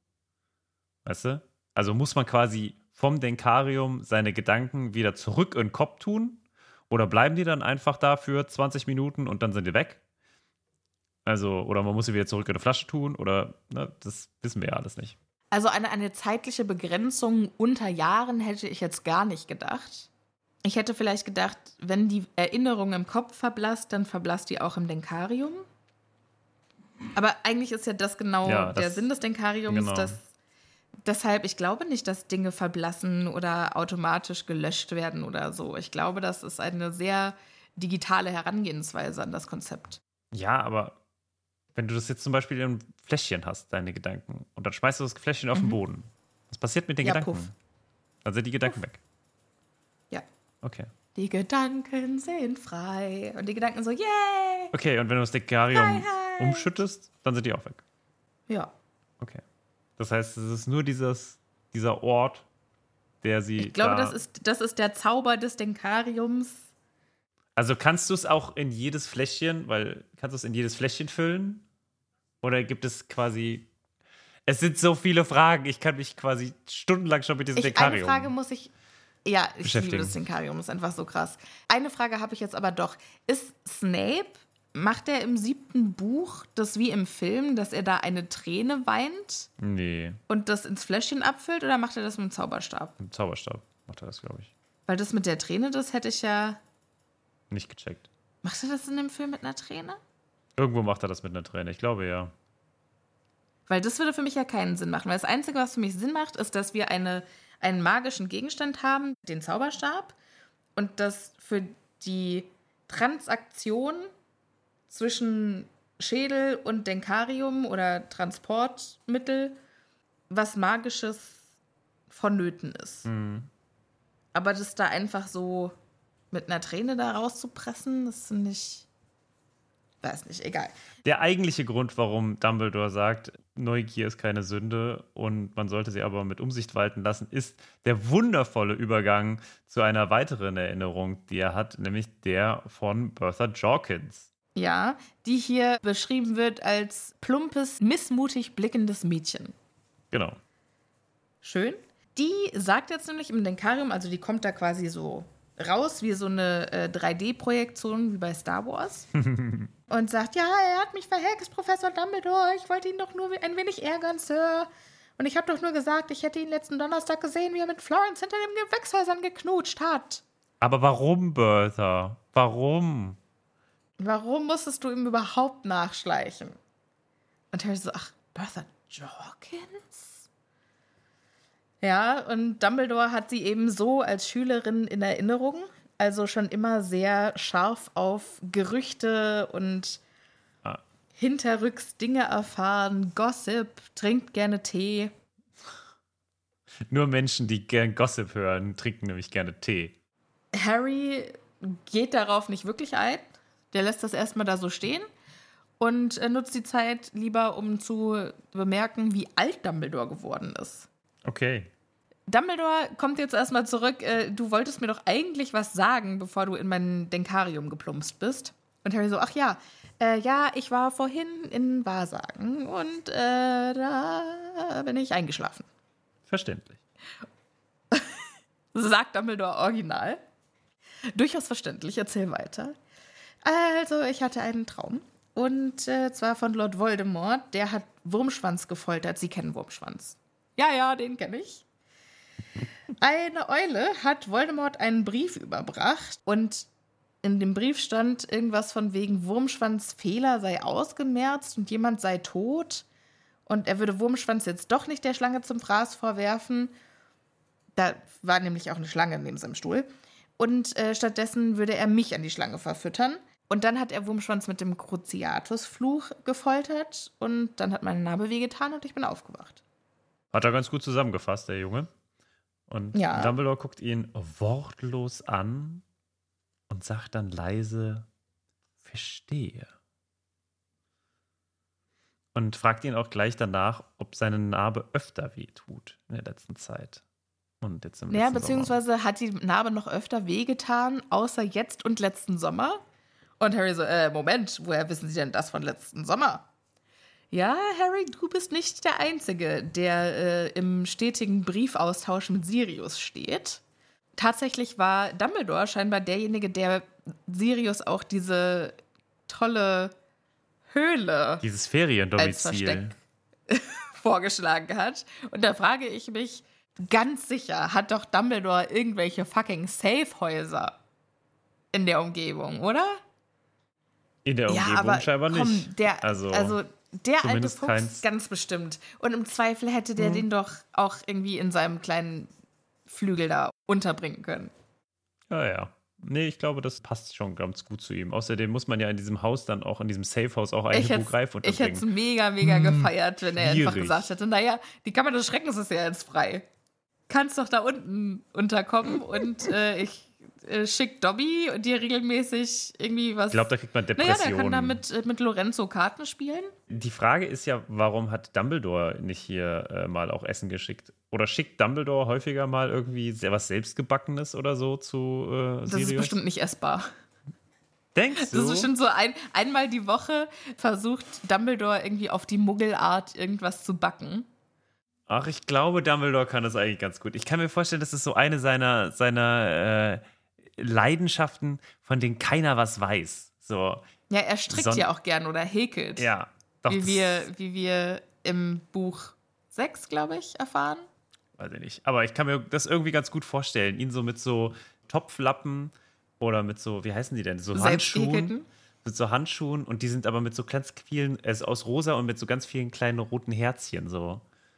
Weißt du? Also muss man quasi vom Denkarium seine Gedanken wieder zurück in den Kopf tun? Oder bleiben die dann einfach da für zwanzig Minuten und dann sind die weg? Also, oder man muss sie wieder zurück in eine Flasche tun? Oder, ne, das wissen wir ja alles nicht. Also eine, eine zeitliche Begrenzung unter Jahren hätte ich jetzt gar nicht gedacht. Ich hätte vielleicht gedacht, wenn die Erinnerung im Kopf verblasst, dann verblasst die auch im Denkarium. Aber eigentlich ist ja das genau Ja, das- der Sinn des Denkariums, genau. dass deshalb, ich glaube nicht, dass Dinge verblassen oder automatisch gelöscht werden oder so. Ich glaube, das ist eine sehr digitale Herangehensweise an das Konzept. Ja, aber wenn du das jetzt zum Beispiel in einem Fläschchen hast, deine Gedanken, und dann schmeißt du das Fläschchen auf den Boden. Was passiert mit den Ja, Gedanken? puff. Dann sind die Gedanken weg. Ja. Okay. Die Gedanken sind frei. Und die Gedanken so, yay! Okay, und wenn du das Denkarium Freiheit! umschüttest, dann sind die auch weg. Ja. Okay. Das heißt, es ist nur dieses, dieser Ort, der sie. Ich glaube, da das ist, das ist der Zauber des Denkariums. Also kannst du es auch in jedes Fläschchen, weil kannst du es in jedes Fläschchen füllen? Oder gibt es quasi. Es sind so viele Fragen, ich kann mich quasi stundenlang schon mit diesem Ich, Denkarium. eine Frage muss ich. Ja, ich liebe beschäftigen. das Denkarium, ist einfach so krass. Eine Frage habe ich jetzt aber doch. Ist Snape, macht er im siebten Buch das wie im Film, dass er da eine Träne weint Nee, und das ins Fläschchen abfüllt oder macht er das mit dem Zauberstab? mit dem Zauberstab macht er das, glaube ich. Weil das mit der Träne, das hätte ich ja. Nicht gecheckt. Macht er das in dem Film mit einer Träne? Irgendwo macht er das mit einer Träne, ich glaube ja. Weil das würde für mich ja keinen Sinn machen. Weil das Einzige, was für mich Sinn macht, ist, dass wir eine, einen magischen Gegenstand haben, den Zauberstab, und dass für die Transaktion zwischen Schädel und Denkarium oder Transportmittel was Magisches vonnöten ist. Mhm. Aber das da einfach so mit einer Träne da rauszupressen, das finde ich, weiß nicht, egal. Der eigentliche Grund, warum Dumbledore sagt, Neugier ist keine Sünde und man sollte sie aber mit Umsicht walten lassen, ist der wundervolle Übergang zu einer weiteren Erinnerung, die er hat, nämlich der von Bertha Jorkins. Ja, die hier beschrieben wird als plumpes, missmutig blickendes Mädchen. Genau. Schön. Die sagt jetzt nämlich im Denkarium, also die kommt da quasi so raus wie so eine äh, drei D-Projektion wie bei Star Wars und sagt, ja, er hat mich verhext, Professor Dumbledore, ich wollte ihn doch nur ein wenig ärgern, Sir. Und ich habe doch nur gesagt, ich hätte ihn letzten Donnerstag gesehen, wie er mit Florence hinter den Gewächshäusern geknutscht hat. Aber warum, Bertha? Warum? Warum musstest du ihm überhaupt nachschleichen? Und Harry so, ach, Bertha Jorkins? Ja, und Dumbledore hat sie eben so als Schülerin in Erinnerung, also schon immer sehr scharf auf Gerüchte und Ah. hinterrücks Dinge erfahren, Gossip, trinkt gerne Tee. Nur Menschen, die gern Gossip hören, trinken nämlich gerne Tee. Harry geht darauf nicht wirklich ein. Der lässt das erstmal da so stehen und äh, nutzt die Zeit lieber, um zu bemerken, wie alt Dumbledore geworden ist. Okay. Dumbledore kommt jetzt erstmal zurück. Äh, du wolltest mir doch eigentlich was sagen, bevor du in mein Denkarium geplumpst bist. Und Harry so, ach ja, äh, ja, ich war vorhin in Wahrsagen und äh, da bin ich eingeschlafen. Verständlich. Sagt Dumbledore original. Durchaus verständlich, erzähl weiter. Also, ich hatte einen Traum. Und äh, zwar von Lord Voldemort. Der hat Wurmschwanz gefoltert. Sie kennen Wurmschwanz. Ja, ja, den kenne ich. Eine Eule hat Voldemort einen Brief überbracht. Und in dem Brief stand irgendwas von wegen Wurmschwanz Fehler sei ausgemerzt und jemand sei tot. Und er würde Wurmschwanz jetzt doch nicht der Schlange zum Fraß vorwerfen. Da war nämlich auch eine Schlange neben seinem Stuhl. Und äh, stattdessen würde er mich an die Schlange verfüttern. Und dann hat er Wurmschwanz mit dem Cruciatus-Fluch gefoltert. Und dann hat meine Narbe wehgetan und ich bin aufgewacht. Hat er ganz gut zusammengefasst, der Junge. Und ja. Dumbledore guckt ihn wortlos an und sagt dann leise, verstehe. Und fragt ihn auch gleich danach, ob seine Narbe öfter wehtut in der letzten Zeit. Und jetzt im Ja, letzten beziehungsweise Sommer. hat die Narbe noch öfter wehgetan, außer jetzt und letzten Sommer. Und Harry so, äh, Moment, woher wissen Sie denn das von letzten Sommer? Ja, Harry, du bist nicht der Einzige, der äh, im stetigen Briefaustausch mit Sirius steht. Tatsächlich war Dumbledore scheinbar derjenige, der Sirius auch diese tolle Höhle Dieses als Feriendomizil. Versteck vorgeschlagen hat. Und da frage ich mich, ganz sicher hat doch Dumbledore irgendwelche fucking Safe-Häuser in der Umgebung, oder? In der Umgebung ja, aber scheinbar komm, nicht. Der, also, also der alte zumindest Fuchs keins. ganz bestimmt. Und im Zweifel hätte der Mhm. den doch auch irgendwie in seinem kleinen Flügel da unterbringen können. Ja, ja. Nee, ich glaube, das passt schon ganz gut zu ihm. Außerdem muss man ja in diesem Haus dann auch, in diesem Safe-Haus auch Ich eine hätte Greif ich hätte es unterbringen. mega, mega Hm, gefeiert, wenn er einfach schwierig. gesagt hätte, naja, die Kammer des Schreckens ist ja jetzt frei. Kannst doch da unten unterkommen und äh, ich äh, schick Dobby und dir regelmäßig irgendwie was. Ich glaube, da kriegt man naja, Depressionen. der kann da mit, äh, mit Lorenzo Karten spielen. Die Frage ist ja, warum hat Dumbledore nicht hier äh, mal auch Essen geschickt? Oder schickt Dumbledore häufiger mal irgendwie sehr was Selbstgebackenes oder so zu äh, Das Sirius? ist bestimmt nicht essbar. Denkst du? Das ist bestimmt so ein, einmal die Woche versucht Dumbledore irgendwie auf die Muggelart irgendwas zu backen. Ach, ich glaube, Dumbledore kann das eigentlich ganz gut. Ich kann mir vorstellen, das ist so eine seiner, seiner äh, Leidenschaften, von denen keiner was weiß. So, Ja, er strickt Son- ja auch gern oder häkelt. ja. Doch, wie, das- wir, wie wir im Buch sechs, glaube ich, erfahren. Weiß ich nicht. Aber ich kann mir das irgendwie ganz gut vorstellen. Ihn so mit so Topflappen oder mit so, wie heißen die denn? So Selbst Handschuhen. häkelten. Mit so Handschuhen und die sind aber mit so ganz vielen, es ist aus rosa und mit so ganz vielen kleinen roten Herzchen so.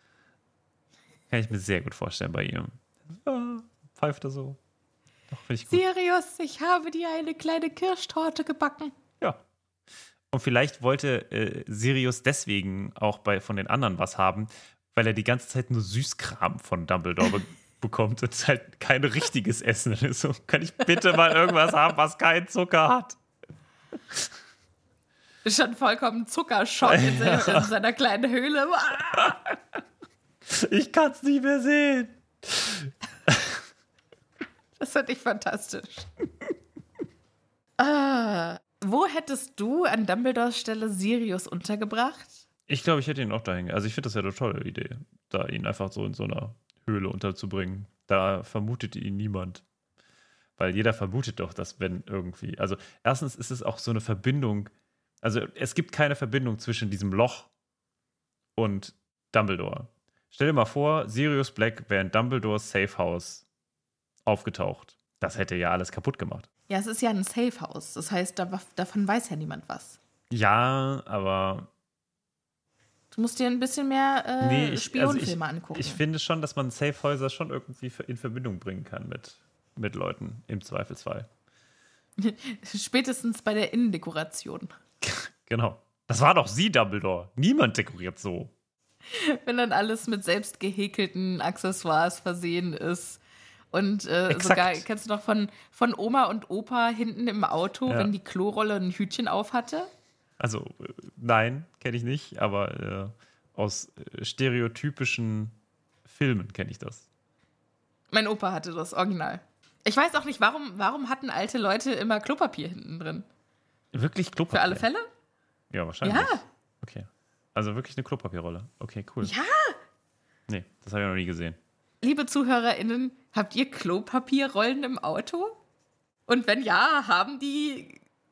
Kann ich mir sehr gut vorstellen bei ihm. Ja, pfeift er so. Doch, finde ich gut. Sirius, ich habe dir eine kleine Kirschtorte gebacken. Ja. Und vielleicht wollte äh, Sirius deswegen auch bei, von den anderen was haben, weil er die ganze Zeit nur Süßkram von Dumbledore be bekommt und es halt kein richtiges Essen ist. So, kann ich bitte mal irgendwas haben, was keinen Zucker hat? Ist schon vollkommen Zuckerschock in, seiner, in seiner kleinen Höhle. Ich kann es nicht mehr sehen. Das finde ich fantastisch. ah, wo hättest du an Dumbledores Stelle Sirius untergebracht? Ich glaube, ich hätte ihn auch dahin. Also ich finde das ja eine tolle Idee, da ihn einfach so in so einer Höhle unterzubringen. Da vermutet ihn niemand. Weil jeder vermutet doch, dass wenn irgendwie, also erstens ist es auch so eine Verbindung, also es gibt keine Verbindung zwischen diesem Loch und Dumbledore. Stell dir mal vor, Sirius Black wäre in Dumbledores Safe House aufgetaucht. Das hätte ja alles kaputt gemacht. Ja, es ist ja ein Safehouse. Das heißt, da, davon weiß ja niemand was. Ja, aber Du musst dir ein bisschen mehr äh, nee, ich, also Spionfilme ich, angucken. ich finde schon, dass man Safe-Häuser schon irgendwie in Verbindung bringen kann mit, mit Leuten, im Zweifelsfall. Spätestens bei der Innendekoration. Genau. Das war doch sie, Dumbledore. Niemand dekoriert so. Wenn dann alles mit selbst gehäkelten Accessoires versehen ist. Und äh, Exakt. sogar, kennst du noch von, von Oma und Opa hinten im Auto, Ja. wenn die Klorolle ein Hütchen auf hatte? Also, äh, nein, kenne ich nicht, aber äh, aus äh, stereotypischen Filmen kenne ich das. Mein Opa hatte das Original. Ich weiß auch nicht, warum, warum hatten alte Leute immer Klopapier hinten drin? Wirklich Klopapier? Für alle Fälle? Ja, wahrscheinlich. Ja. Okay. Also wirklich eine Klopapierrolle. Okay, cool. Ja. Nee, das habe ich noch nie gesehen. Liebe ZuhörerInnen, habt ihr Klopapierrollen im Auto? Und wenn ja, haben die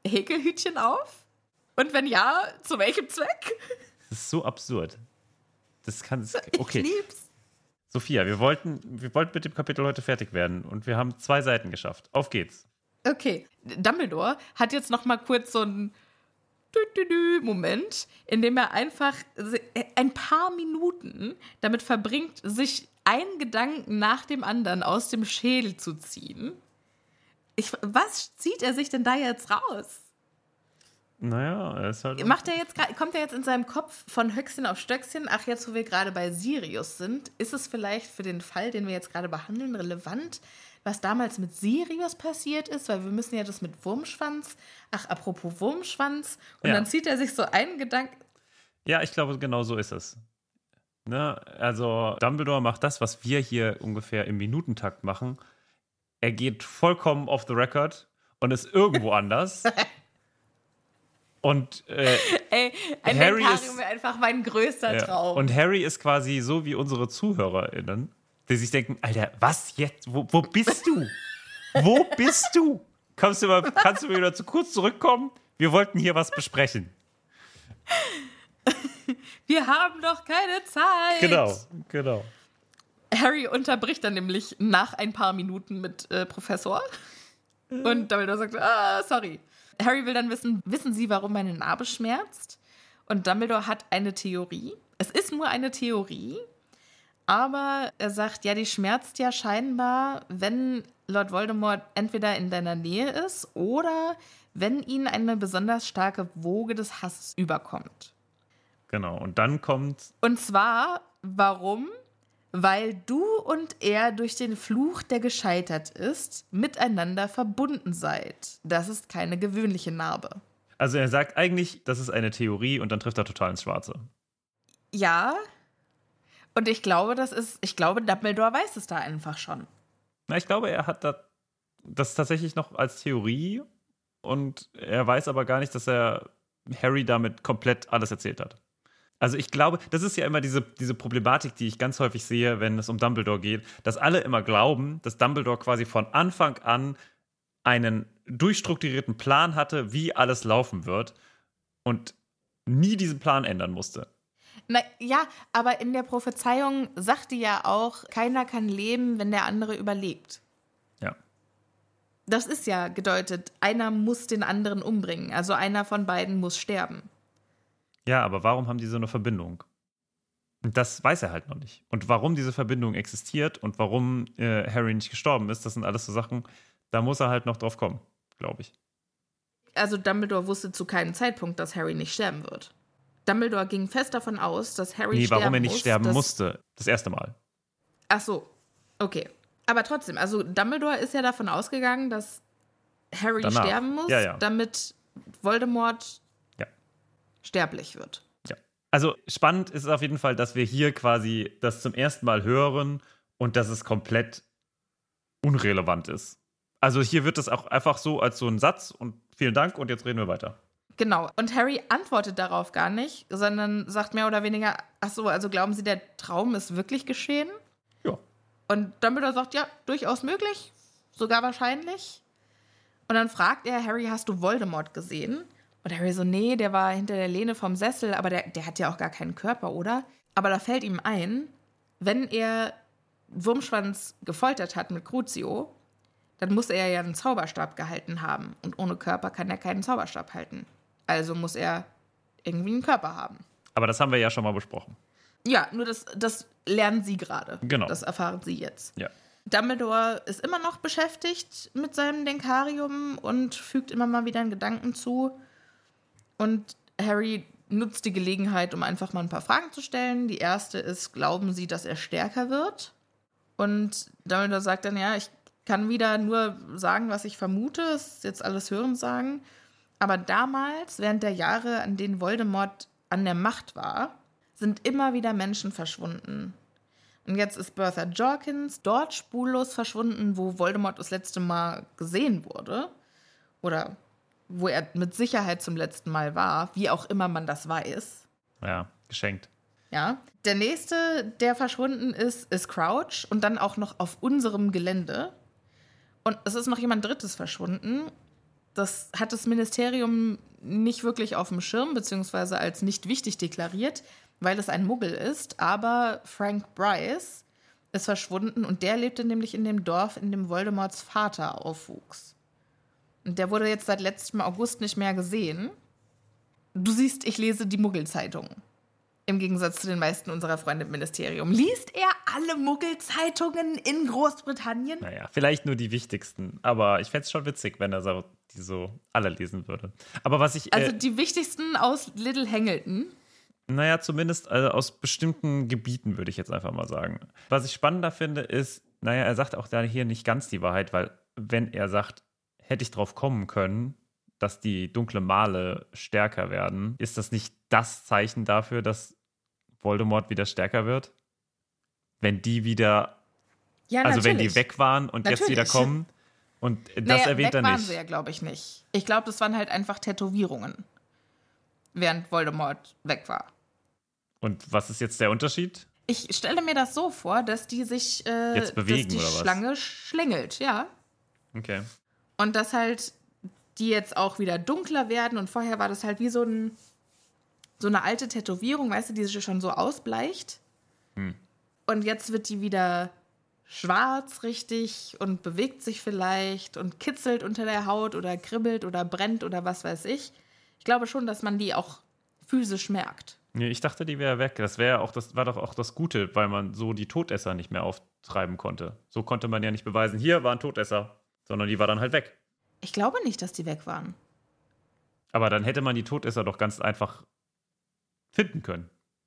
Häkelhütchen auf? Und wenn ja, zu welchem Zweck? Das ist so absurd. Das kann okay. Ich lieb's. Sophia, wir wollten, wir wollten mit dem Kapitel heute fertig werden und wir haben zwei Seiten geschafft. Auf geht's. Okay, Dumbledore hat jetzt noch mal kurz so einen Moment, in dem er einfach ein paar Minuten damit verbringt, sich einen Gedanken nach dem anderen aus dem Schädel zu ziehen. Ich, was zieht er sich denn da jetzt raus? Naja, er ist halt... Macht er jetzt, kommt er jetzt in seinem Kopf von Höchstchen auf Stöckchen? Ach, jetzt, wo wir gerade bei Sirius sind, ist es vielleicht für den Fall, den wir jetzt gerade behandeln, relevant, was damals mit Sirius passiert ist? Weil wir müssen ja das mit Wurmschwanz... Ach, apropos Wurmschwanz. Und ja. Dann zieht er sich so einen Gedanken... Ja, ich glaube, genau so ist es. Ne? Also, Dumbledore macht das, was wir hier ungefähr im Minutentakt machen. Er geht vollkommen off the record und ist irgendwo anders. Und äh, Ey, ein Harry ist wäre einfach mein größter ja. Traum. Und Harry ist quasi so wie unsere ZuhörerInnen, die sich denken, Alter, was jetzt? Wo, wo bist du? Wo bist du? Kommst du mal, kannst du mal wieder zu kurz zurückkommen? Wir wollten hier was besprechen. Wir haben doch keine Zeit. Genau, genau. Harry unterbricht dann nämlich nach ein paar Minuten mit äh, Professor. Und Dumbledore sagt, ah, sorry. Harry will dann wissen, wissen Sie, warum meine Narbe schmerzt? Und Dumbledore hat eine Theorie. Es ist nur eine Theorie, aber er sagt, ja, die schmerzt ja scheinbar, wenn Lord Voldemort entweder in deiner Nähe ist oder wenn ihn eine besonders starke Woge des Hasses überkommt. Genau, und dann kommt... Und zwar, warum? Weil du und er durch den Fluch, der gescheitert ist, miteinander verbunden seid. Das ist keine gewöhnliche Narbe. Also er sagt eigentlich, das ist eine Theorie und dann trifft er total ins Schwarze. Ja, und ich glaube, das ist, ich glaube, Dumbledore weiß es da einfach schon. Na, ich glaube, er hat da, das tatsächlich noch als Theorie und er weiß aber gar nicht, dass er Harry damit komplett alles erzählt hat. Also ich glaube, das ist ja immer diese, diese Problematik, die ich ganz häufig sehe, wenn es um Dumbledore geht, dass alle immer glauben, dass Dumbledore quasi von Anfang an einen durchstrukturierten Plan hatte, wie alles laufen wird und nie diesen Plan ändern musste. Na ja, aber in der Prophezeiung sagt die ja auch, keiner kann leben, wenn der andere überlebt. Ja. Das ist ja gedeutet, einer muss den anderen umbringen, also einer von beiden muss sterben. Ja, aber warum haben die so eine Verbindung? Und das weiß er halt noch nicht. Und warum diese Verbindung existiert und warum äh, Harry nicht gestorben ist, das sind alles so Sachen, da muss er halt noch drauf kommen, glaube ich. Also Dumbledore wusste zu keinem Zeitpunkt, dass Harry nicht sterben wird. Dumbledore ging fest davon aus, dass Harry nee, sterben muss. Nee, warum er nicht muss, sterben dass... musste, das erste Mal. Ach so, okay. Aber trotzdem, also Dumbledore ist ja davon ausgegangen, dass Harry Danach. sterben muss, ja, ja. damit Voldemort ja. sterblich wird. Ja. Also spannend ist es auf jeden Fall, dass wir hier quasi das zum ersten Mal hören und dass es komplett unrelevant ist. Also hier wird das auch einfach so als so ein Satz und vielen Dank und jetzt reden wir weiter. Genau. Und Harry antwortet darauf gar nicht, sondern sagt mehr oder weniger, ach so, also glauben Sie, der Traum ist wirklich geschehen? Ja. Und Dumbledore sagt, ja, durchaus möglich, sogar wahrscheinlich. Und dann fragt er, Harry, hast du Voldemort gesehen? Und Harry so, nee, der war hinter der Lehne vom Sessel, aber der, der hat ja auch gar keinen Körper, oder? Aber da fällt ihm ein, wenn er Wurmschwanz gefoltert hat mit Crucio, dann muss er ja einen Zauberstab gehalten haben. Und ohne Körper kann er keinen Zauberstab halten. Also muss er irgendwie einen Körper haben. Aber das haben wir ja schon mal besprochen. Ja, nur das, das lernen Sie gerade. Genau. Das erfahren Sie jetzt. Ja. Dumbledore ist immer noch beschäftigt mit seinem Denkarium und fügt immer mal wieder einen Gedanken zu. Und Harry nutzt die Gelegenheit, um einfach mal ein paar Fragen zu stellen. Die erste ist, glauben Sie, dass er stärker wird? Und Dumbledore sagt dann, ja, ich kann wieder nur sagen, was ich vermute. Das ist jetzt alles Hörensagen. Aber damals, während der Jahre, an denen Voldemort an der Macht war, sind immer wieder Menschen verschwunden. Und jetzt ist Bertha Jorkins dort spurlos verschwunden, wo Voldemort das letzte Mal gesehen wurde. Oder wo er mit Sicherheit zum letzten Mal war, wie auch immer man das weiß. Ja, geschenkt. Ja. Der nächste, der verschwunden ist, ist Crouch und dann auch noch auf unserem Gelände. Und es ist noch jemand Drittes verschwunden. das hat das Ministerium nicht wirklich auf dem Schirm, beziehungsweise als nicht wichtig deklariert, weil es ein Muggel ist. Aber Frank Bryce ist verschwunden und der lebte nämlich in dem Dorf, in dem Voldemorts Vater aufwuchs. Und der wurde jetzt seit letztem August nicht mehr gesehen. Du siehst, ich lese die Muggel-Zeitung. Im Gegensatz zu den meisten unserer Freunde im Ministerium. Liest er alle Muggel-Zeitungen in Großbritannien? Naja, vielleicht nur die wichtigsten. Aber ich fände es schon witzig, wenn er so, die so alle lesen würde. Aber was ich... Also äh, die wichtigsten aus Little Hangleton? Naja, zumindest also aus bestimmten Gebieten, würde ich jetzt einfach mal sagen. Was ich spannender finde, ist, naja, er sagt auch da hier nicht ganz die Wahrheit, weil wenn er sagt, hätte ich drauf kommen können, dass die dunkle Male stärker werden, ist das nicht das Zeichen dafür, dass Voldemort wieder stärker wird? Wenn die wieder, Ja, also natürlich. wenn die weg waren und Natürlich. jetzt wieder kommen und das naja, erwähnt weg er waren nicht. sie ja, glaube ich, nicht. Ich glaube, das waren halt einfach Tätowierungen, während Voldemort weg war. Und was ist jetzt der Unterschied? Ich stelle mir das so vor, dass die sich, äh, Jetzt bewegen, dass die oder was? Schlange schlängelt, ja. Okay. Und dass halt die jetzt auch wieder dunkler werden und vorher war das halt wie so, ein, so eine alte Tätowierung, weißt du, die sich schon so ausbleicht. Hm. Und jetzt wird die wieder schwarz richtig und bewegt sich vielleicht und kitzelt unter der Haut oder kribbelt oder brennt oder was weiß ich. Ich glaube schon, dass man die auch physisch merkt. Nee, ich dachte, die wäre weg. Das wäre auch das war doch auch das Gute, weil man so die Todesser nicht mehr auftreiben konnte. So konnte man ja nicht beweisen, hier war ein Todesser, sondern die war dann halt weg. Ich glaube nicht, dass die weg waren. Aber dann hätte man die Todesser doch ganz einfach finden können.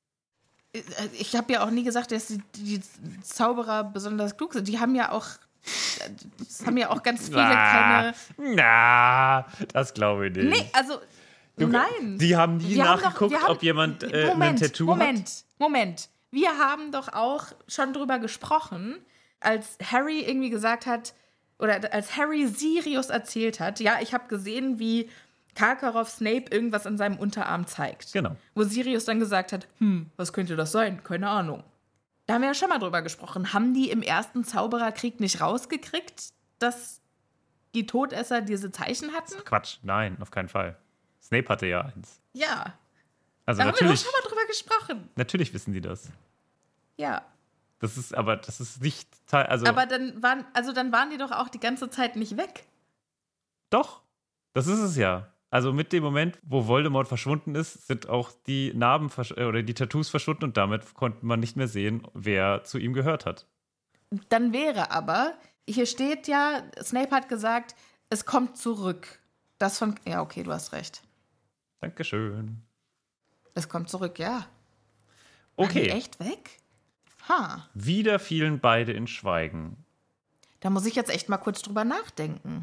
Ich habe ja auch nie gesagt, dass die, die Zauberer besonders klug sind. Die haben ja auch, das haben ja auch ganz viele Na, keine. na, das glaube ich nicht. Nee, also Du- nein. Die haben nie Wir haben nachgeguckt, doch- wir haben- ob jemand äh, Moment, ein Tattoo Moment, hat. Moment. Wir haben doch auch schon drüber gesprochen, als Harry irgendwie gesagt hat, oder als Harry Sirius erzählt hat, ja, ich habe gesehen, wie Karkaroff Snape irgendwas an seinem Unterarm zeigt. Genau. Wo Sirius dann gesagt hat, hm, was könnte das sein? Keine Ahnung. Da haben wir ja schon mal drüber gesprochen. Haben die im ersten Zaubererkrieg nicht rausgekriegt, dass die Todesser diese Zeichen hatten? Quatsch, nein, auf keinen Fall. Snape hatte ja eins. Ja. Also Da haben wir doch natürlich, schon mal drüber gesprochen. natürlich wissen die das. Ja. Das ist aber, das ist nicht Teil, also Aber dann waren, also dann waren die doch auch die ganze Zeit nicht weg. doch, das ist es ja. Also mit dem Moment, wo Voldemort verschwunden ist, sind auch die Narben versch- äh, oder die Tattoos verschwunden und damit konnte man nicht mehr sehen, wer zu ihm gehört hat. Dann wäre aber, hier steht ja, Snape hat gesagt, es kommt zurück. Das von, ja, okay, du hast recht. Dankeschön. Es kommt zurück, ja. Waren die Okay, echt weg? Ha, wieder fielen beide in Schweigen. da muss ich jetzt echt mal kurz drüber nachdenken.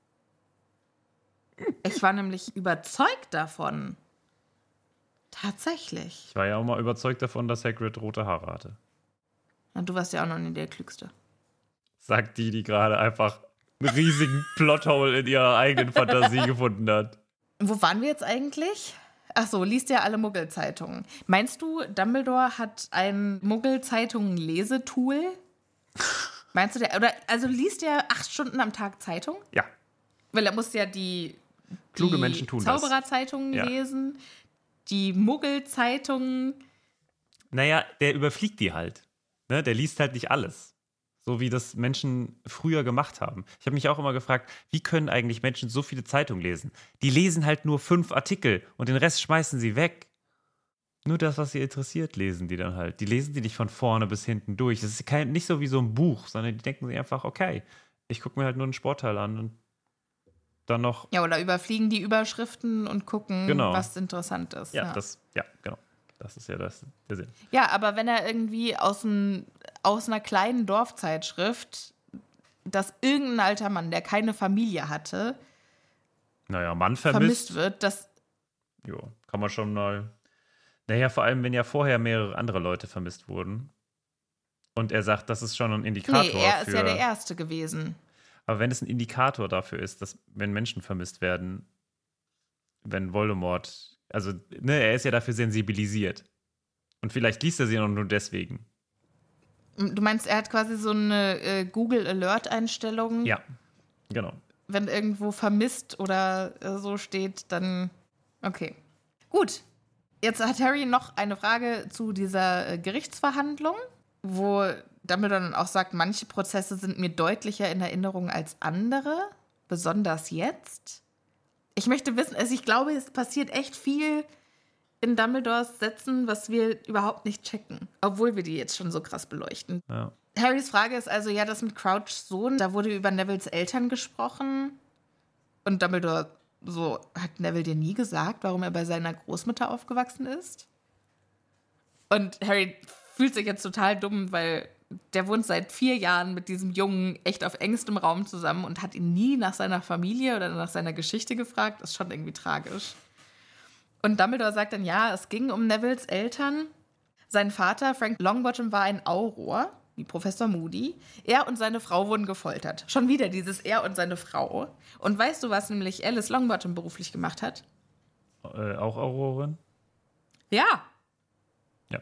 Ich war nämlich überzeugt davon. Tatsächlich. Ich war ja auch mal überzeugt davon, dass Hagrid rote Haare hatte. Na, du warst ja auch noch nie der Klügste. Sagt die, die gerade einfach einen riesigen Plothole in ihrer eigenen Fantasie gefunden hat. Wo waren wir jetzt eigentlich? Ach so, liest ja alle Muggelzeitungen. Meinst du, Dumbledore hat ein Muggelzeitungen-Lesetool? Meinst du, der, oder, also liest er acht Stunden am Tag Zeitung? Ja, Weil er muss ja die, Kluge die Menschen tun das. Zaubererzeitungen Ja. lesen, die Muggelzeitungen. naja, der überfliegt die halt. Ne? Der liest halt nicht alles. So wie das Menschen früher gemacht haben. Ich habe mich auch immer gefragt, wie können eigentlich Menschen so viele Zeitungen lesen? Die lesen halt nur fünf Artikel und den Rest schmeißen sie weg. Nur das, was sie interessiert, lesen die dann halt. Die lesen die nicht von vorne bis hinten durch. Das ist kein, nicht so wie so ein Buch, sondern die denken sich einfach, okay, ich gucke mir halt nur einen Sportteil an und dann noch. Ja, oder überfliegen die Überschriften und gucken, Genau. was interessant ist. Ja, das, ja, genau. Das ist ja das, der Sinn. Ja, aber wenn er irgendwie aus, ein, aus einer kleinen Dorfzeitschrift, dass irgendein alter Mann, der keine Familie hatte, Naja, Mann vermisst, vermisst. wird, das. Jo, kann man schon mal. Naja, vor allem, wenn ja vorher mehrere andere Leute vermisst wurden. Und er sagt, das ist schon ein Indikator Nee, er für. ist ja der Erste gewesen. Aber wenn es ein Indikator dafür ist, dass wenn Menschen vermisst werden, wenn Voldemort, also ne, er ist ja dafür sensibilisiert. Und vielleicht liest er sie auch nur deswegen. Du meinst, er hat quasi so eine äh, Google-Alert-Einstellung? Ja, genau. wenn irgendwo vermisst oder so steht, dann okay. Gut, jetzt hat Harry noch eine Frage zu dieser Gerichtsverhandlung, wo Dumbledore dann auch sagt, manche Prozesse sind mir deutlicher in Erinnerung als andere, besonders jetzt. Ich möchte wissen, also ich glaube, es passiert echt viel in Dumbledores Sätzen, was wir überhaupt nicht checken, obwohl wir die jetzt schon so krass beleuchten. Ja. Harrys Frage ist also, ja, das mit Crouchs Sohn, da wurde über Nevilles Eltern gesprochen und Dumbledore so, hat Neville dir nie gesagt, warum er bei seiner Großmutter aufgewachsen ist? Und Harry fühlt sich jetzt total dumm, weil der wohnt seit vier Jahren mit diesem Jungen echt auf engstem Raum zusammen und hat ihn nie nach seiner Familie oder nach seiner Geschichte gefragt. Das ist schon irgendwie tragisch. Und Dumbledore sagt dann, ja, es ging um Nevilles Eltern. Sein Vater, Frank Longbottom, war ein Auror, wie Professor Moody. Er und seine Frau wurden gefoltert. Schon wieder dieses er und seine Frau. Und weißt du, was nämlich Alice Longbottom beruflich gemacht hat? Äh, auch Aurorin? Ja. Ja.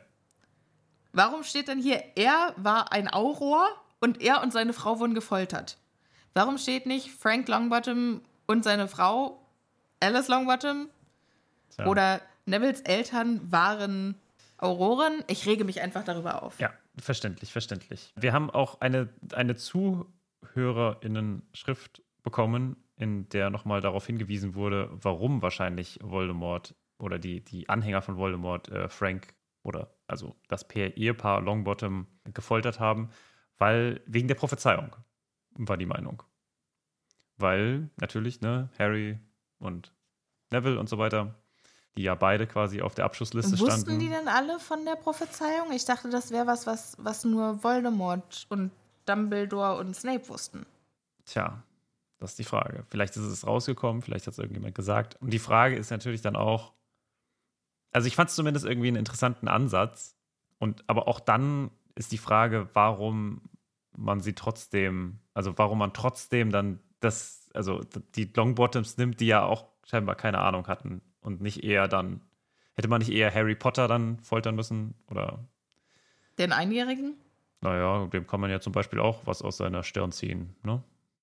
Warum steht dann hier, er war ein Auror und er und seine Frau wurden gefoltert? Warum steht nicht Frank Longbottom und seine Frau Alice Longbottom? Tja. Oder Nevilles Eltern waren Auroren? Ich rege mich einfach darüber auf. Ja, verständlich, verständlich. Wir haben auch eine, eine ZuhörerInnen-Schrift bekommen, in der nochmal darauf hingewiesen wurde, warum wahrscheinlich Voldemort oder die, die Anhänger von Voldemort äh, Frank oder also das Paar, Ehepaar Longbottom gefoltert haben, weil wegen der Prophezeiung war die Meinung. Weil natürlich, ne, Harry und Neville und so weiter, die ja beide quasi auf der Abschussliste Wussten standen. die denn alle von der Prophezeiung? Ich dachte, das wäre was, was, was nur Voldemort und Dumbledore und Snape wussten. Tja, das ist die Frage. Vielleicht ist es rausgekommen, vielleicht hat es irgendjemand gesagt. Und die Frage ist natürlich dann auch, also ich fand es zumindest irgendwie einen interessanten Ansatz. Und aber auch dann ist die Frage, warum man sie trotzdem, also warum man trotzdem dann das, also die Longbottoms nimmt, die ja auch scheinbar keine Ahnung hatten und nicht eher dann, hätte man nicht eher Harry Potter dann foltern müssen oder? Den Einjährigen? Naja, dem kann man ja zum Beispiel auch was aus seiner Stirn ziehen, ne?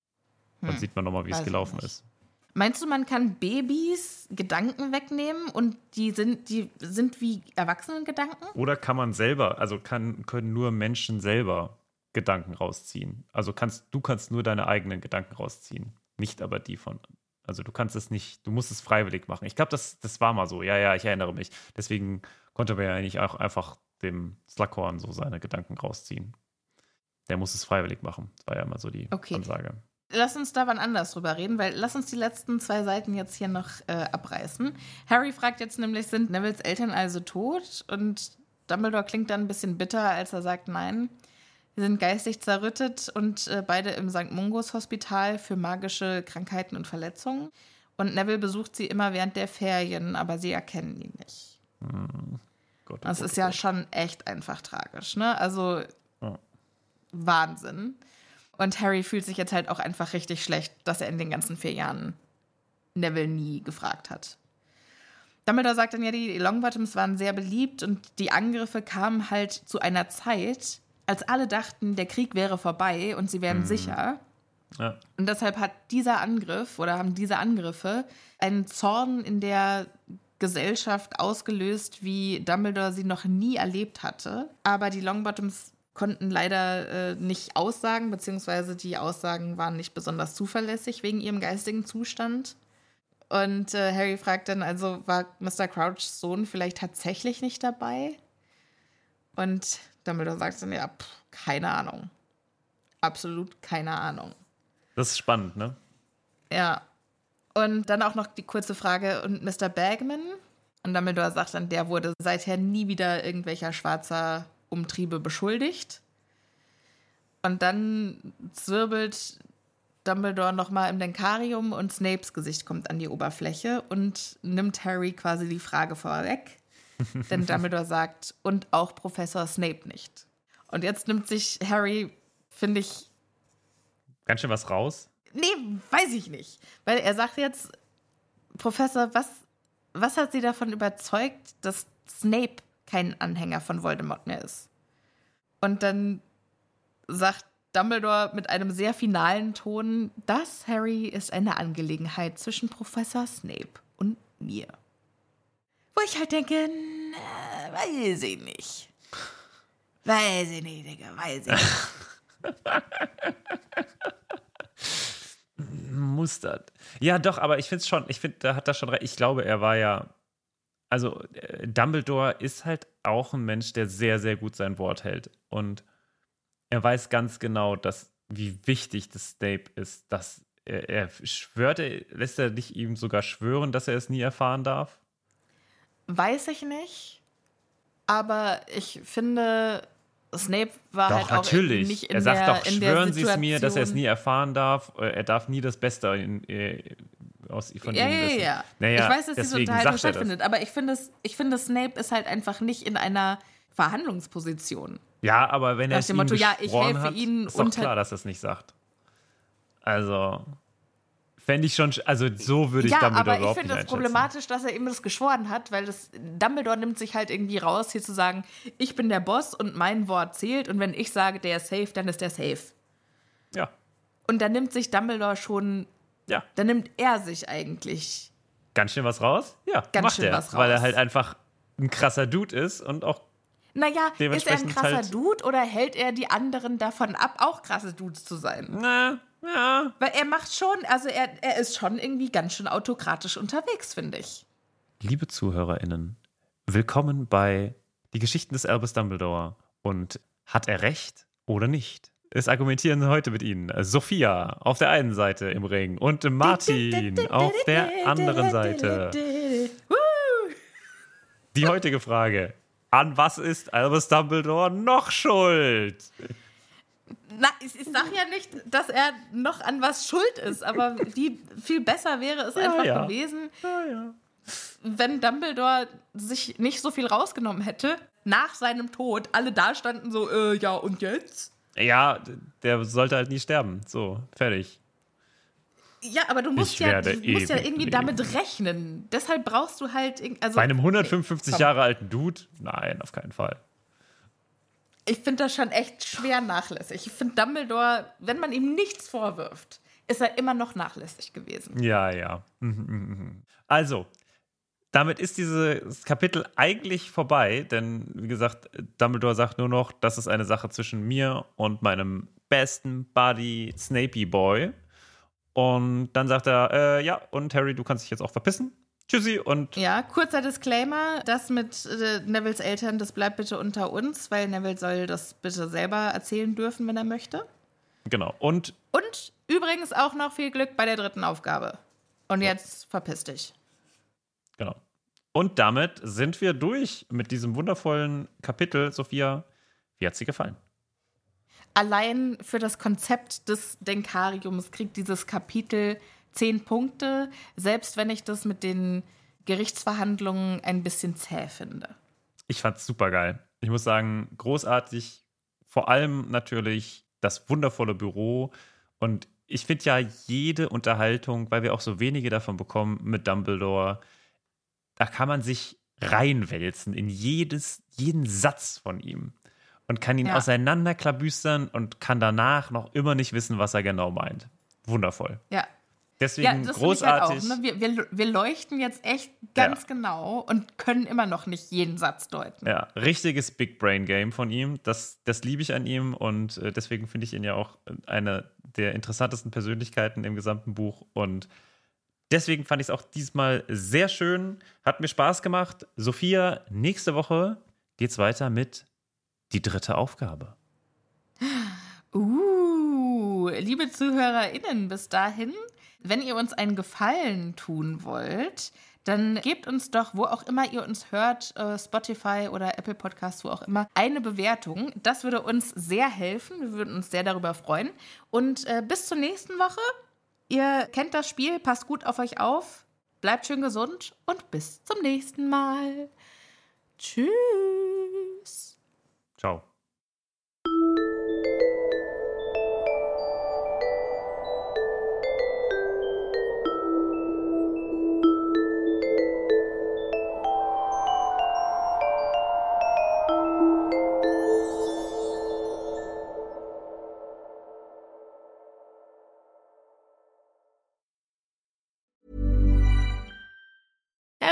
Dann Hm, sieht man nochmal, wie es weiß ich gelaufen nicht. ist. Meinst du, man kann Babys Gedanken wegnehmen und die sind, die sind wie Erwachsenengedanken? Oder kann man selber, also kann, können nur Menschen selber Gedanken rausziehen. Also kannst du kannst nur deine eigenen Gedanken rausziehen, nicht aber die von. Also du kannst es nicht, du musst es freiwillig machen. Ich glaube, das, das war mal so. Ja, ja, ich erinnere mich. Deswegen konnte man ja eigentlich auch einfach dem Slughorn so seine Gedanken rausziehen. Der muss es freiwillig machen. Das war ja immer so die Okay. Ansage. Lass uns da wann anders drüber reden, weil lass uns die letzten zwei Seiten jetzt hier noch äh, abreißen. Harry fragt jetzt nämlich, sind Nevilles Eltern also tot? Und Dumbledore klingt dann ein bisschen bitter, als er sagt, nein, sie sind geistig zerrüttet und äh, beide im Sankt Mungos Hospital für magische Krankheiten und Verletzungen. Und Neville besucht sie immer während der Ferien, aber sie erkennen ihn nicht. Hm. Gott, oh Das Gott, ist oh ja Gott. schon echt einfach tragisch, ne? Also Ja. Wahnsinn. Und Harry fühlt sich jetzt halt auch einfach richtig schlecht, dass er in den ganzen vier Jahren Neville nie gefragt hat. Dumbledore sagt dann ja, die Longbottoms waren sehr beliebt und die Angriffe kamen halt zu einer Zeit, als alle dachten, der Krieg wäre vorbei und sie wären Mhm. sicher. Ja. Und deshalb hat dieser Angriff oder haben diese Angriffe einen Zorn in der Gesellschaft ausgelöst, wie Dumbledore sie noch nie erlebt hatte. Aber die Longbottoms konnten leider äh, nicht aussagen, beziehungsweise die Aussagen waren nicht besonders zuverlässig wegen ihrem geistigen Zustand. Und äh, Harry fragt dann, also war Mister Crouchs Sohn vielleicht tatsächlich nicht dabei? Und Dumbledore sagt dann, ja, pff, keine Ahnung. Absolut keine Ahnung. Das ist spannend, ne? Ja. Und dann auch noch die kurze Frage, und Mister Bagman? Und Dumbledore sagt dann, der wurde seither nie wieder irgendwelcher schwarzer Umtriebe beschuldigt. Und dann zwirbelt Dumbledore nochmal im Denkarium und Snapes Gesicht kommt an die Oberfläche und nimmt Harry quasi die Frage vorweg. Denn Dumbledore sagt, und auch Professor Snape nicht. Und jetzt nimmt sich Harry, finde ich, Ganz schön was raus. nee, weiß ich nicht. Weil er sagt jetzt, Professor, was, was hat Sie davon überzeugt, dass Snape kein Anhänger von Voldemort mehr ist? Und dann sagt Dumbledore mit einem sehr finalen Ton, das, Harry, ist eine Angelegenheit zwischen Professor Snape und mir. Wo ich halt denke, na, weiß ich nicht. Weiß ich nicht, Digga, weiß ich nicht. Mustert. Ja, doch, aber ich finde es schon, ich finde, da hat er schon recht. Ich glaube, er war ja, also äh, Dumbledore ist halt auch ein Mensch, der sehr, sehr gut sein Wort hält. Und er weiß ganz genau, dass, wie wichtig das Snape ist, dass er, er schwört, er, lässt er dich ihm sogar schwören, dass er es nie erfahren darf? Weiß ich nicht, aber ich finde, Snape war Doch, halt auch natürlich. nicht in er sagt der, doch, in der schwören Sie es Situation. mir, dass er es nie erfahren darf. Er darf nie das Beste in, äh, aus, von ja, ihm ja, wissen. ja. Naja, ich weiß, dass diese deswegen Unterhaltung sagt er das. stattfindet, aber ich finde, es- ich finde, Snape ist halt einfach nicht in einer Verhandlungsposition. Ja, aber wenn er Nach es dem ihm Motto, ja, ich geschworen helfe hat, Ihnen ist doch unter- klar, dass er es nicht sagt. Also, fände ich schon, also so würde ich Ja, Dumbledore aber ich überhaupt finde nicht es einschätzen. problematisch, dass er ihm das geschworen hat, weil das Dumbledore nimmt sich halt irgendwie raus, hier zu sagen, ich bin der Boss und mein Wort zählt und wenn ich sage, der ist safe, dann ist der safe. Ja, Und dann nimmt sich Dumbledore schon, ja, dann nimmt er sich eigentlich. ganz schön was raus. Ja, Ganz macht schön er, was weil er raus. halt einfach ein krasser Dude ist und auch Naja, ist er ein Dementsprechend krasser halt- Dude oder hält er die anderen davon ab, auch krasse Dudes zu sein? na, ja, Weil er macht schon, also er, er ist schon irgendwie ganz schön autokratisch unterwegs, finde ich. Liebe ZuhörerInnen, willkommen bei Die Geschichten des Albus Dumbledore. Und hat er recht oder nicht? Es argumentieren heute mit Ihnen Sophia auf der einen Seite im Ring und Martin auf der anderen Seite. Die heutige Frage: An was ist Albus Dumbledore noch schuld? Na, ich, ich sag ja nicht, dass er noch an was schuld ist, aber wie viel besser wäre es einfach ja. gewesen, Ja, ja. wenn Dumbledore sich nicht so viel rausgenommen hätte, nach seinem Tod alle da standen so, äh, ja und jetzt? Ja, der sollte halt nie sterben. So, fertig. Ja, aber du musst, Ich ja, werde du musst ja ewig irgendwie leben. damit rechnen. Deshalb brauchst du halt, irg- also Bei einem hundertfünfundfünfzig komm. Jahre alten Dude? Nein, auf keinen Fall. Ich finde das schon echt schwer nachlässig. Ich finde Dumbledore, wenn man ihm nichts vorwirft, ist er immer noch nachlässig gewesen. Ja, ja. Mhm, mhm, mhm. Also, damit ist dieses Kapitel eigentlich vorbei, denn wie gesagt, Dumbledore sagt nur noch, das ist eine Sache zwischen mir und meinem besten Buddy Snapey Boy. Und dann sagt er, äh, ja, und Harry, du kannst dich jetzt auch verpissen. Tschüssi und Ja, kurzer Disclaimer, das mit äh, Nevilles Eltern, das bleibt bitte unter uns, weil Neville soll das bitte selber erzählen dürfen, wenn er möchte. genau. Und Und übrigens auch noch viel Glück bei der dritten Aufgabe. Und jetzt verpiss dich. genau. Und damit sind wir durch mit diesem wundervollen Kapitel. Sophia, wie hat sie gefallen? Allein für das Konzept des Denkariums kriegt dieses Kapitel zehn Punkte, selbst wenn ich das mit den Gerichtsverhandlungen ein bisschen zäh finde. Ich fand's super geil. Ich muss sagen, großartig. Vor allem natürlich das wundervolle Büro. Und ich finde ja jede Unterhaltung, weil wir auch so wenige davon bekommen mit Dumbledore, da kann man sich reinwälzen in jedes, jeden Satz von ihm. Und kann ihn Ja. auseinanderklabüstern und kann danach noch immer nicht wissen, was er genau meint. Wundervoll. Ja, Deswegen ja das finde ich halt auch. großartig. Ne? Wir, wir, wir leuchten jetzt echt ganz Ja. genau und können immer noch nicht jeden Satz deuten. Ja, richtiges Big Brain Game von ihm. Das, das liebe ich an ihm und äh, deswegen finde ich ihn ja auch eine der interessantesten Persönlichkeiten im gesamten Buch. Und deswegen fand ich es auch diesmal sehr schön. Hat mir Spaß gemacht. Sophia, nächste Woche geht's weiter mit die dritte Aufgabe. Uh, liebe ZuhörerInnen, bis dahin, wenn ihr uns einen Gefallen tun wollt, dann gebt uns doch, wo auch immer ihr uns hört, äh, Spotify oder Apple Podcasts, wo auch immer, eine Bewertung. Das würde uns sehr helfen. Wir würden uns sehr darüber freuen. Und äh, bis zur nächsten Woche. Ihr kennt das Spiel, passt gut auf euch auf, bleibt schön gesund und bis zum nächsten Mal. Tschüss. Ciao.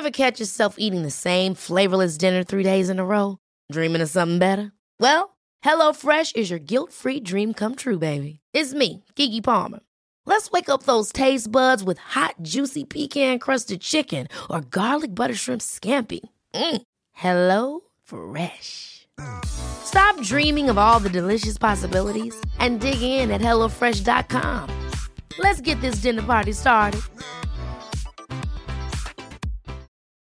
Ever catch yourself eating the same flavorless dinner three days in a row? Dreaming of something better? Well, HelloFresh is your guilt-free dream come true, baby. It's me, Keke Palmer. Let's wake up those taste buds with hot, juicy pecan-crusted chicken or garlic butter shrimp scampi. Mm. Hello Fresh. Stop dreaming of all the delicious possibilities and dig in at hello fresh dot com. Let's get this dinner party started.